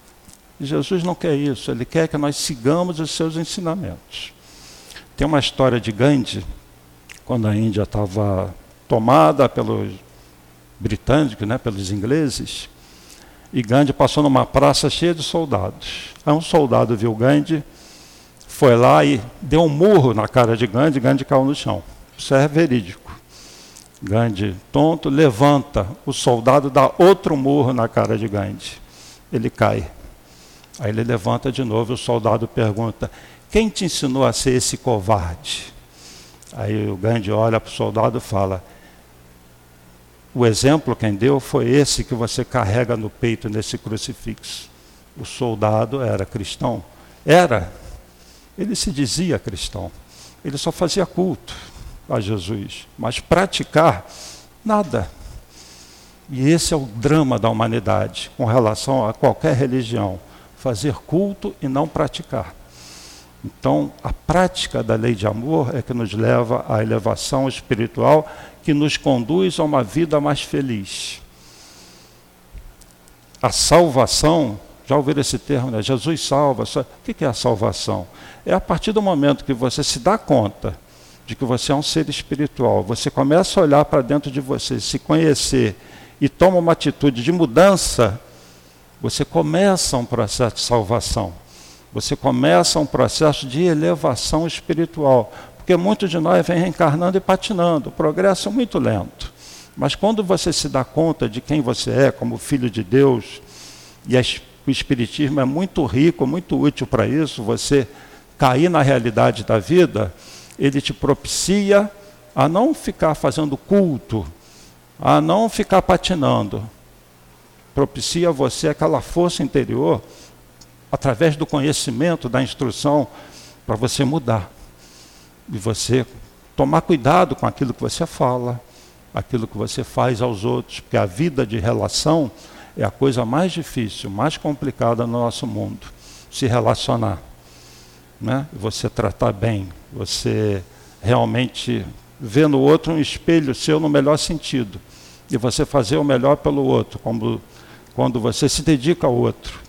Jesus não quer isso, ele quer que nós sigamos os seus ensinamentos. Tem uma história de Gandhi, quando a Índia estava tomada pelos britânicos, né, pelos ingleses, e Gandhi passou numa praça cheia de soldados. Aí um soldado viu Gandhi, foi lá e deu um murro na cara de Gandhi, Gandhi caiu no chão. Isso é verídico. Gandhi, tonto, levanta, o soldado dá outro murro na cara de Gandhi. Ele cai. Aí ele levanta de novo e o soldado pergunta: quem te ensinou a ser esse covarde? Aí o Gandhi olha para o soldado e fala: o exemplo quem deu foi esse que você carrega no peito nesse crucifixo. O soldado era cristão? Era. Ele se dizia cristão. Ele só fazia culto a Jesus, mas praticar, nada. E esse é o drama da humanidade com relação a qualquer religião: fazer culto e não praticar. Então, a prática da lei de amor é que nos leva à elevação espiritual, que nos conduz a uma vida mais feliz. A salvação, já ouviram esse termo, né? Jesus salva. O que é a salvação? É a partir do momento que você se dá conta de que você é um ser espiritual, você começa a olhar para dentro de você, se conhecer e toma uma atitude de mudança, você começa um processo de salvação. Você começa um processo de elevação espiritual. Porque muitos de nós vêm reencarnando e patinando. O progresso é muito lento. Mas quando você se dá conta de quem você é como filho de Deus, e a, o Espiritismo é muito rico, muito útil para isso, você cair na realidade da vida, ele te propicia a não ficar fazendo culto, a não ficar patinando. Propicia a você aquela força interior, através do conhecimento, da instrução, para você mudar. E você tomar cuidado com aquilo que você fala, aquilo que você faz aos outros, porque a vida de relação é a coisa mais difícil, mais complicada no nosso mundo. Se relacionar, né? Você tratar bem, você realmente ver no outro um espelho seu no melhor sentido, e você fazer o melhor pelo outro, como quando você se dedica ao outro.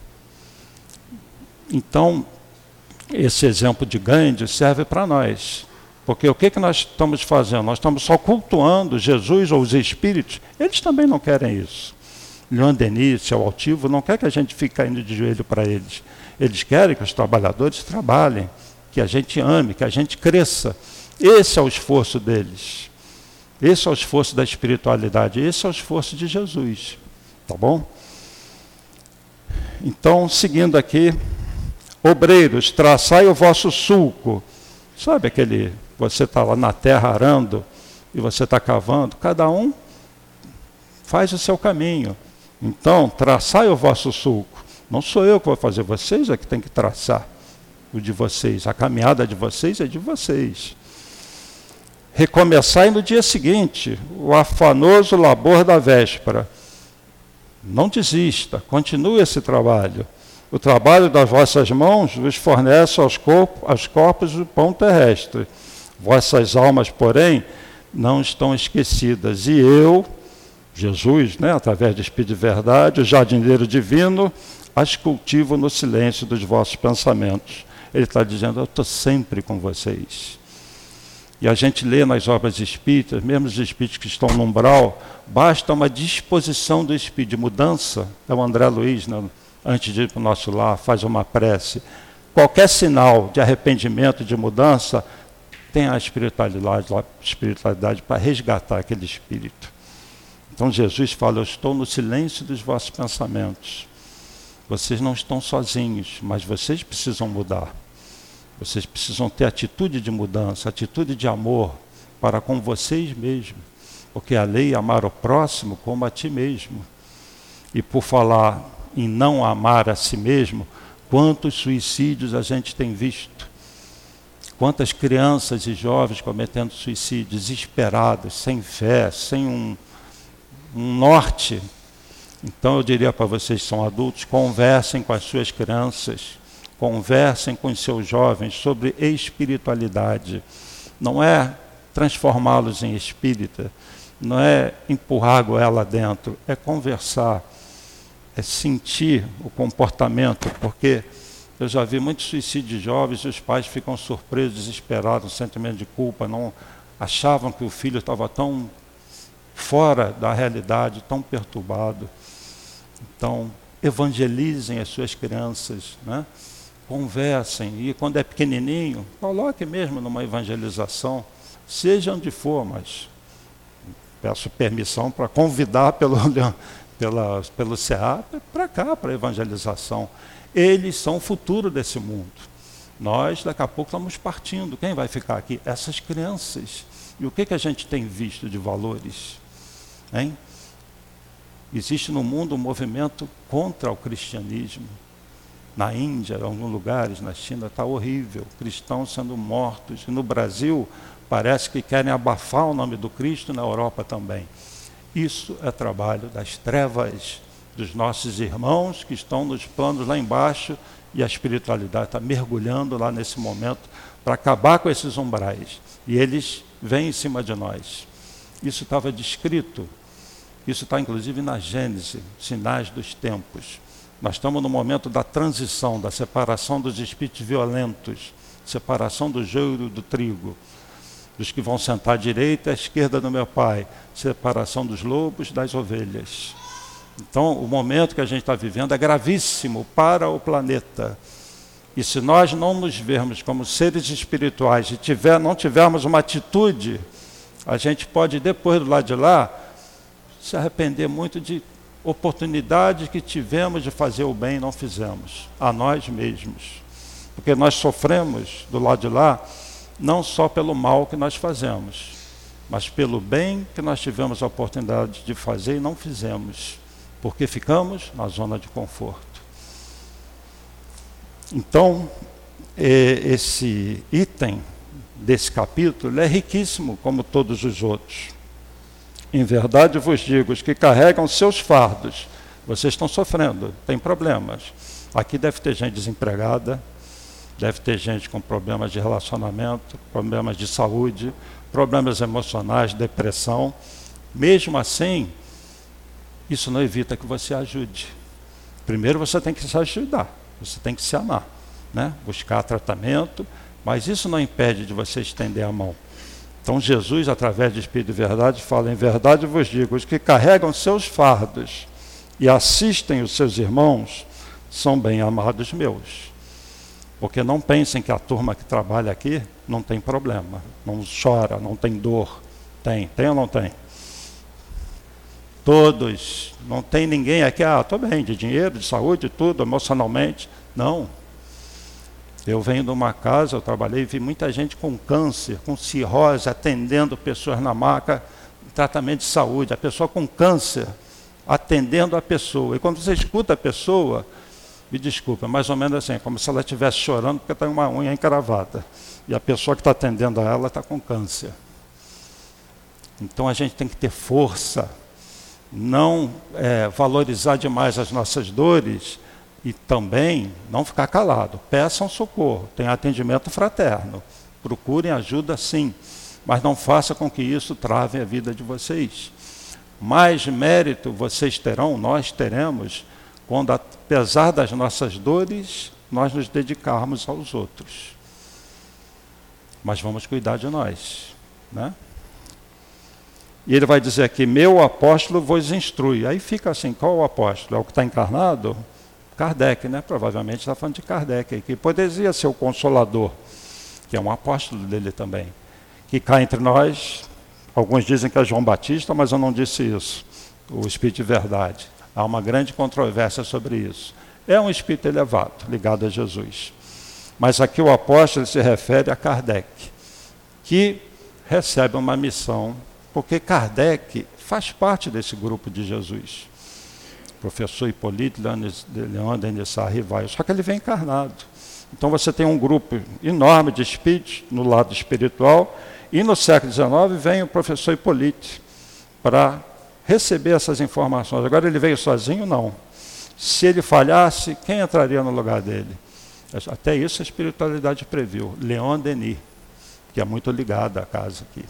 Então, esse exemplo de Gandhi serve para nós. Porque o que, que nós estamos fazendo? Nós estamos só cultuando Jesus ou os espíritos. Eles também não querem isso. Leon Denis, seu altivo, não quer que a gente fique caindo de joelho para eles. Eles querem que os trabalhadores trabalhem, que a gente ame, que a gente cresça. Esse é o esforço deles. Esse é o esforço da espiritualidade. Esse é o esforço de Jesus. Tá bom? Então, seguindo aqui, obreiros, traçai o vosso sulco. Sabe aquele, você está lá na terra arando e você está cavando, cada um faz o seu caminho. Então, traçai o vosso sulco. Não sou eu que vou fazer, vocês é que tem que traçar o de vocês. A caminhada de vocês é de vocês. Recomeçai no dia seguinte, o afanoso labor da véspera. Não desista, continue esse trabalho. O trabalho das vossas mãos vos fornece aos corpos, aos corpos o pão terrestre. Vossas almas, porém, não estão esquecidas. E eu, Jesus, né, através do Espírito de Verdade, o jardineiro divino, as cultivo no silêncio dos vossos pensamentos. Ele está dizendo: eu estou sempre com vocês. E a gente lê nas obras espíritas, mesmo os espíritos que estão no umbral, basta uma disposição do espírito de mudança. É o André Luiz, né, antes de ir para o nosso lar, faz uma prece. Qualquer sinal de arrependimento, de mudança, tem a espiritualidade, a espiritualidade para resgatar aquele espírito. Então Jesus fala: eu estou no silêncio dos vossos pensamentos. Vocês não estão sozinhos, mas vocês precisam mudar. Vocês precisam ter atitude de mudança, atitude de amor para com vocês mesmos. Porque a lei é amar o próximo como a ti mesmo. E por falar em não amar a si mesmo, quantos suicídios a gente tem visto? Quantas crianças e jovens cometendo suicídio, desesperados, sem fé, sem um, um norte. Então eu diria para vocês que são adultos, conversem com as suas crianças, conversem com os seus jovens sobre espiritualidade. Não é transformá-los em espírita, não é empurrar a goela dentro, é conversar, é sentir o comportamento, porque eu já vi muitos suicídios de jovens e os pais ficam surpresos, desesperados, um sentimento de culpa, não achavam que o filho estava tão fora da realidade, tão perturbado. Então, evangelizem as suas crianças, né? conversem, e quando é pequenininho, coloque mesmo numa evangelização, seja onde for, mas peço permissão para convidar pelo, pela, pelo C A para cá, para a evangelização. Eles são o futuro desse mundo. Nós, daqui a pouco, estamos partindo. Quem vai ficar aqui? Essas crianças. E o que, que a gente tem visto de valores? Hein? Existe no mundo um movimento contra o cristianismo. Na Índia, em alguns lugares, na China, está horrível. Cristãos sendo mortos. E no Brasil, parece que querem abafar o nome do Cristo, na Europa também. Isso é trabalho das trevas, dos nossos irmãos que estão nos planos lá embaixo, e a espiritualidade está mergulhando lá nesse momento para acabar com esses umbrais. E eles vêm em cima de nós. Isso estava descrito, isso está inclusive na Gênese, sinais dos tempos. Nós estamos no momento da transição, da separação dos espíritos violentos, separação do joio do trigo, dos que vão sentar à direita e à esquerda do meu Pai, separação dos lobos das ovelhas. Então, o momento que a gente está vivendo é gravíssimo para o planeta. E se nós não nos vermos como seres espirituais e tiver, não tivermos uma atitude, a gente pode, depois do lado de lá, se arrepender muito de oportunidades que tivemos de fazer o bem e não fizemos, a nós mesmos. Porque nós sofremos do lado de lá, não só pelo mal que nós fazemos, mas pelo bem que nós tivemos a oportunidade de fazer e não fizemos, porque ficamos na zona de conforto. Então, esse item desse capítulo é riquíssimo, como todos os outros. Em verdade vos digo, os que carregam seus fardos, vocês estão sofrendo, tem problemas. Aqui deve ter gente desempregada, deve ter gente com problemas de relacionamento, problemas de saúde, problemas emocionais, depressão. Mesmo assim, isso não evita que você ajude. Primeiro você tem que se ajudar, você tem que se amar, né? Buscar tratamento, mas isso não impede de você estender a mão. Então Jesus, através do Espírito de Verdade, fala: em verdade vos digo, os que carregam seus fardos e assistem os seus irmãos, são bem amados meus. Porque não pensem que a turma que trabalha aqui não tem problema, não chora, não tem dor. Tem, tem ou não tem? Todos, não tem ninguém aqui, ah, estou bem, de dinheiro, de saúde, tudo, emocionalmente. Não. Eu venho de uma casa, eu trabalhei e vi muita gente com câncer, com cirrose, atendendo pessoas na maca, tratamento de saúde, a pessoa com câncer, atendendo a pessoa. E quando você escuta a pessoa, me desculpa, mais ou menos assim, como se ela estivesse chorando porque tem uma unha encravada. E a pessoa que está atendendo a ela está com câncer. Então a gente tem que ter força, não é, valorizar demais as nossas dores e também não ficar calado. Peçam socorro, tem atendimento fraterno, procurem ajuda sim, mas não faça com que isso trave a vida de vocês. Mais mérito vocês terão, nós teremos, quando, apesar das nossas dores, nós nos dedicarmos aos outros. Mas vamos cuidar de nós, né? E ele vai dizer aqui, meu apóstolo vos instrui. Aí fica assim, qual o apóstolo? É o que está encarnado? Kardec, né? Provavelmente está falando de Kardec aqui. Poderia ser o Consolador, que é um apóstolo dele também, que cá entre nós, alguns dizem que é João Batista, mas eu não disse isso, o Espírito de Verdade. Há uma grande controvérsia sobre isso. É um espírito elevado, ligado a Jesus. Mas aqui o apóstolo se refere a Kardec, que recebe uma missão, porque Kardec faz parte desse grupo de Jesus. Professor Hipólito, Leon Denis Sarrivaio, só que ele vem encarnado. Então você tem um grupo enorme de espíritos no lado espiritual, e no século dezenove vem o professor Hipólito para receber essas informações. Agora ele veio sozinho? Não. Se ele falhasse, quem entraria no lugar dele? Até isso a espiritualidade previu. Leon Denis, que é muito ligado à casa aqui.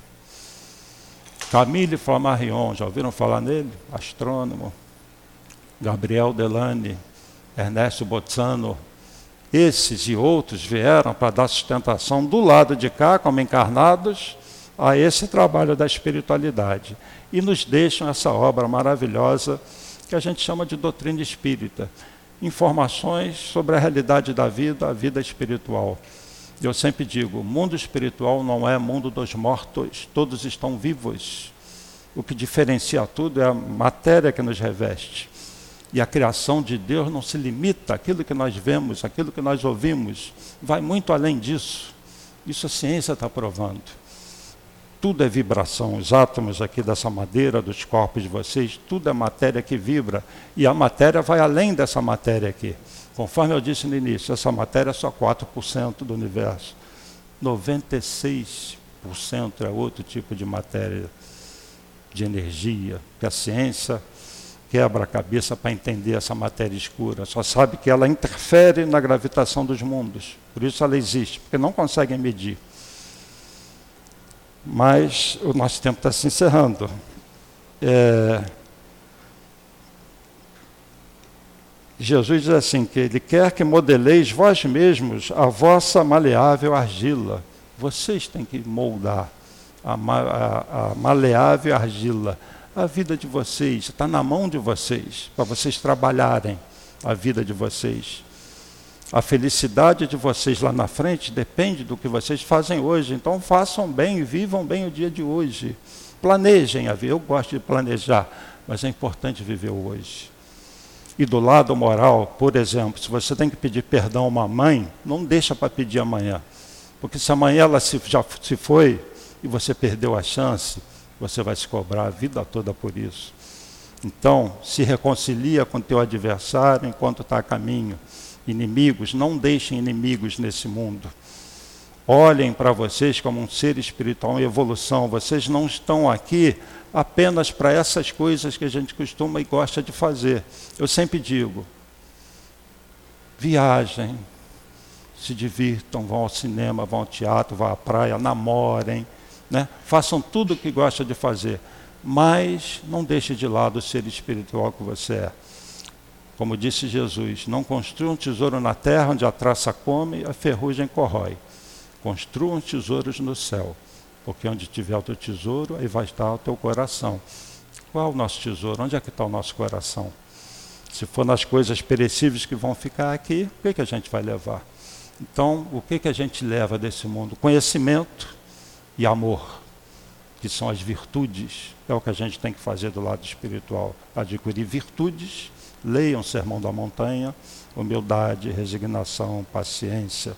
Camille Flammarion, já ouviram falar nele? Astrônomo. Gabriel Delane, Ernesto Bozzano. Esses e outros vieram para dar sustentação do lado de cá, como encarnados, a esse trabalho da espiritualidade. E nos deixam essa obra maravilhosa que a gente chama de doutrina espírita. informações sobre a realidade da vida, a vida espiritual. Eu sempre digo, o mundo espiritual não é mundo dos mortos, todos estão vivos. O que diferencia tudo é a matéria que nos reveste. E a criação de Deus não se limita àquilo que nós vemos, àquilo que nós ouvimos, vai muito além disso. Isso a ciência está provando. Tudo é vibração, os átomos aqui dessa madeira, dos corpos de vocês, tudo é matéria que vibra. E a matéria vai além dessa matéria aqui. Conforme eu disse no início, essa matéria é só quatro por cento do universo. noventa e seis por cento é outro tipo de matéria, de energia, que a ciência quebra a cabeça para entender essa matéria escura. Só sabe que ela interfere na gravitação dos mundos. Por isso ela existe, porque não conseguem medir. Mas o nosso tempo está se encerrando. É... Jesus diz assim, que Ele quer que modeleis vós mesmos a vossa maleável argila. Vocês têm que moldar a, a, a maleável argila. A vida de vocês está na mão de vocês, para vocês trabalharem a vida de vocês. A felicidade de vocês lá na frente depende do que vocês fazem hoje. Então façam bem e vivam bem o dia de hoje. Planejem a vida. Eu gosto de planejar, mas é importante viver o hoje. E do lado moral, por exemplo, se você tem que pedir perdão a uma mãe, não deixa para pedir amanhã. Porque se amanhã ela se, já se foi e você perdeu a chance, você vai se cobrar a vida toda por isso. Então, se reconcilia com teu adversário enquanto está a caminho. Inimigos, não deixem inimigos nesse mundo. Olhem para vocês como um ser espiritual em evolução. Vocês não estão aqui apenas para essas coisas que a gente costuma e gosta de fazer. Eu sempre digo, viajem, se divirtam, vão ao cinema, vão ao teatro, vão à praia, namorem, né? Façam tudo o que gostam de fazer, mas não deixe de lado o ser espiritual que você é. Como disse Jesus, não construam um tesouro na terra onde a traça come e a ferrugem corrói. Construam tesouros no céu, porque onde tiver o teu tesouro, aí vai estar o teu coração. Qual é o nosso tesouro? Onde é que está o nosso coração? Se for nas coisas perecíveis que vão ficar aqui, o que, que a gente vai levar? Então, o que, que a gente leva desse mundo? Conhecimento e amor, que são as virtudes. É o que a gente tem que fazer do lado espiritual. Adquirir virtudes. Leiam o Sermão da Montanha, humildade, resignação, paciência.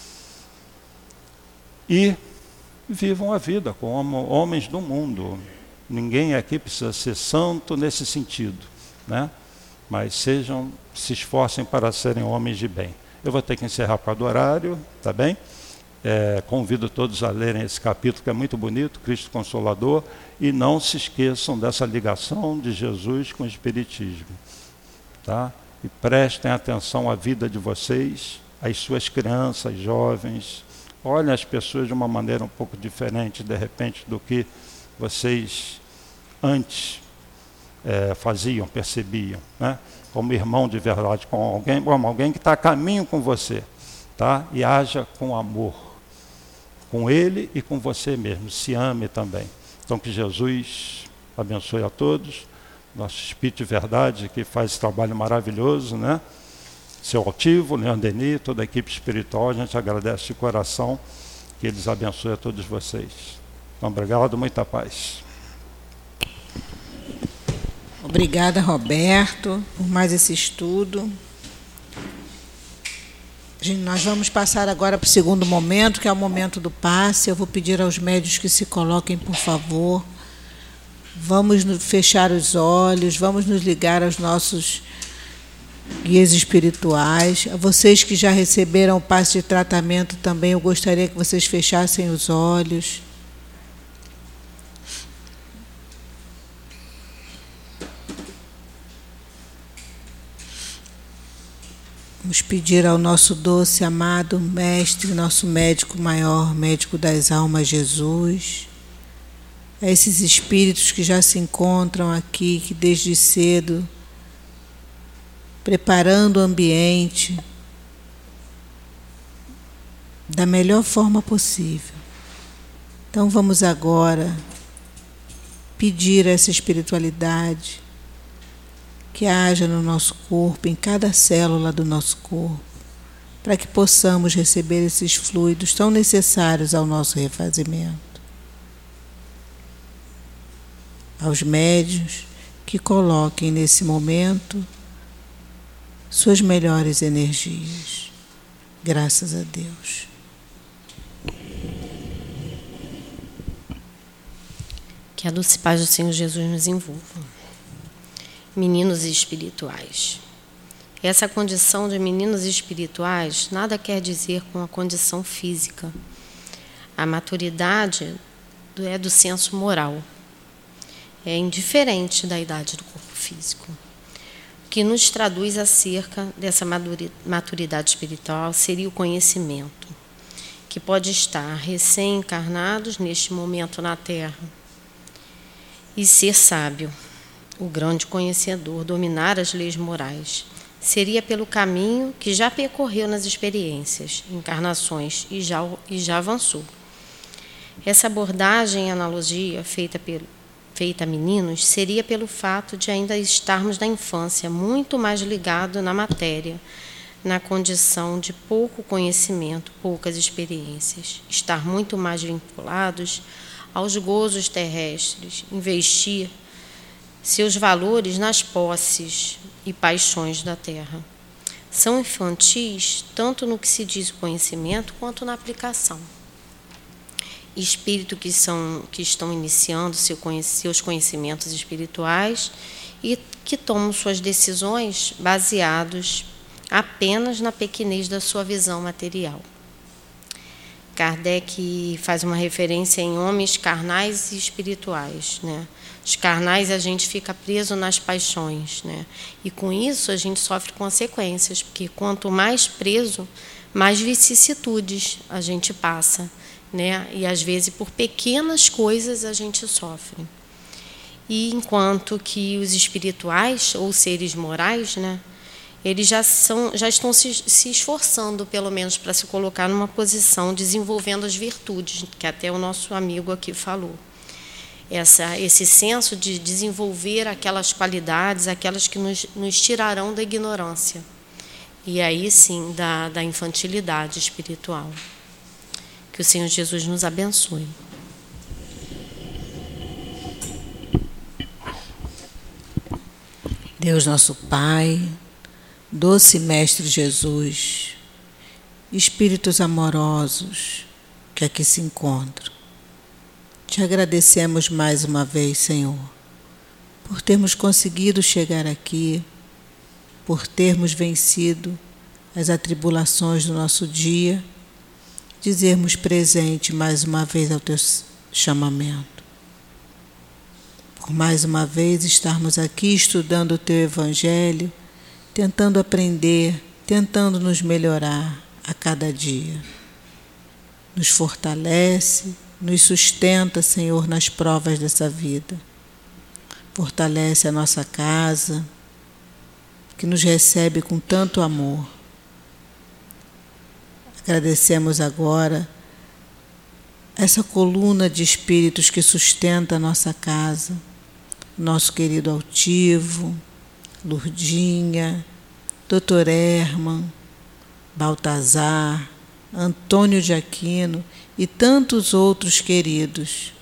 E vivam a vida como homens do mundo. Ninguém aqui precisa ser santo nesse sentido, né? Mas sejam, se esforcem para serem homens de bem. Eu vou ter que encerrar por causa do horário, tá bem? É, convido todos a lerem esse capítulo que é muito bonito, Cristo Consolador, e não se esqueçam dessa ligação de Jesus com o Espiritismo. Tá? E prestem atenção à vida de vocês, às suas crianças, jovens. Olhem as pessoas de uma maneira um pouco diferente, de repente, do que vocês antes é, faziam, percebiam, né? Como irmão de verdade, com alguém, como alguém que está a caminho com você, tá? E haja com amor, com ele e com você mesmo. Se ame também. Então, que Jesus abençoe a todos. Nosso Espírito de Verdade, que faz esse trabalho maravilhoso, né? Seu Altivo, Leandro Denis, toda a equipe espiritual, a gente agradece de coração, que eles abençoem a todos vocês. Então, obrigado, muita paz. Obrigada, Roberto, por mais esse estudo. Gente, nós vamos passar agora para o segundo momento, que é o momento do passe. Eu vou pedir aos médios que se coloquem, por favor. Vamos fechar os olhos, vamos nos ligar aos nossos guias espirituais. A vocês que já receberam o passe de tratamento também, eu gostaria que vocês fechassem os olhos. Vamos pedir ao nosso doce, amado Mestre, nosso médico maior, médico das almas, Jesus, a esses espíritos que já se encontram aqui, que desde cedo, preparando o ambiente da melhor forma possível. Então vamos agora pedir a essa espiritualidade que haja no nosso corpo, em cada célula do nosso corpo, para que possamos receber esses fluidos tão necessários ao nosso refazimento. Aos médiuns que coloquem nesse momento suas melhores energias. Graças a Deus. Que a doce paz do Senhor Jesus nos envolva. Meninos espirituais. Essa condição de meninos espirituais nada quer dizer com a condição física. A maturidade é do senso moral. É indiferente da idade do corpo físico. O que nos traduz acerca dessa maturidade espiritual seria o conhecimento, que pode estar recém-encarnados neste momento na Terra e ser sábio, o grande conhecedor, dominar as leis morais. Seria pelo caminho que já percorreu nas experiências, encarnações e já, e já avançou. Essa abordagem e analogia feita pelo feita a meninos, seria pelo fato de ainda estarmos na infância muito mais ligados na matéria, na condição de pouco conhecimento, poucas experiências, estar muito mais vinculados aos gozos terrestres, investir seus valores nas posses e paixões da terra. São infantis tanto no que se diz o conhecimento quanto na aplicação. Espírito que, são, que estão iniciando seu, seus conhecimentos espirituais e que tomam suas decisões baseados apenas na pequenez da sua visão material. Kardec faz uma referência em homens carnais e espirituais, né? Os carnais a gente fica preso nas paixões, né? E com isso a gente sofre consequências, porque quanto mais preso, mais vicissitudes a gente passa, né? E às vezes por pequenas coisas a gente sofre. E enquanto que os espirituais ou seres morais, né, eles já são, já estão se, se esforçando pelo menos para se colocar numa posição desenvolvendo as virtudes, que até o nosso amigo aqui falou. Essa, esse senso de desenvolver aquelas qualidades, aquelas que nos, nos tirarão da ignorância e aí sim da, da infantilidade espiritual. Que o Senhor Jesus nos abençoe. Deus nosso Pai, doce Mestre Jesus, Espíritos amorosos que aqui se encontram, te agradecemos mais uma vez, Senhor, por termos conseguido chegar aqui, por termos vencido as atribulações do nosso dia, dizermos presente mais uma vez ao teu chamamento. Por mais uma vez estarmos aqui estudando o teu Evangelho, tentando aprender, tentando nos melhorar a cada dia. Nos fortalece, nos sustenta, Senhor, nas provas dessa vida. Fortalece a nossa casa, que nos recebe com tanto amor. Agradecemos agora essa coluna de espíritos que sustenta a nossa casa, nosso querido Altivo, Lurdinha, doutor Herman, Baltazar, Antônio de Aquino e tantos outros queridos.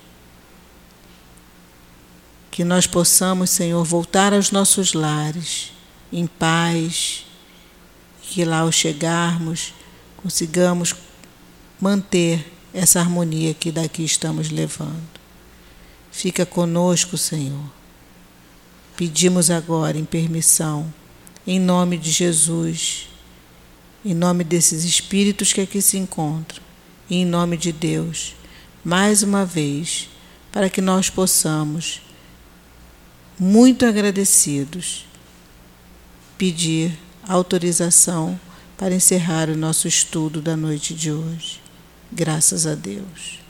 Que nós possamos, Senhor, voltar aos nossos lares em paz, que lá ao chegarmos consigamos manter essa harmonia que daqui estamos levando. Fica conosco, Senhor. Pedimos agora em permissão, em nome de Jesus, em nome desses espíritos que aqui se encontram, e em nome de Deus, mais uma vez, para que nós possamos, muito agradecidos, pedir autorização para encerrar o nosso estudo da noite de hoje. Graças a Deus.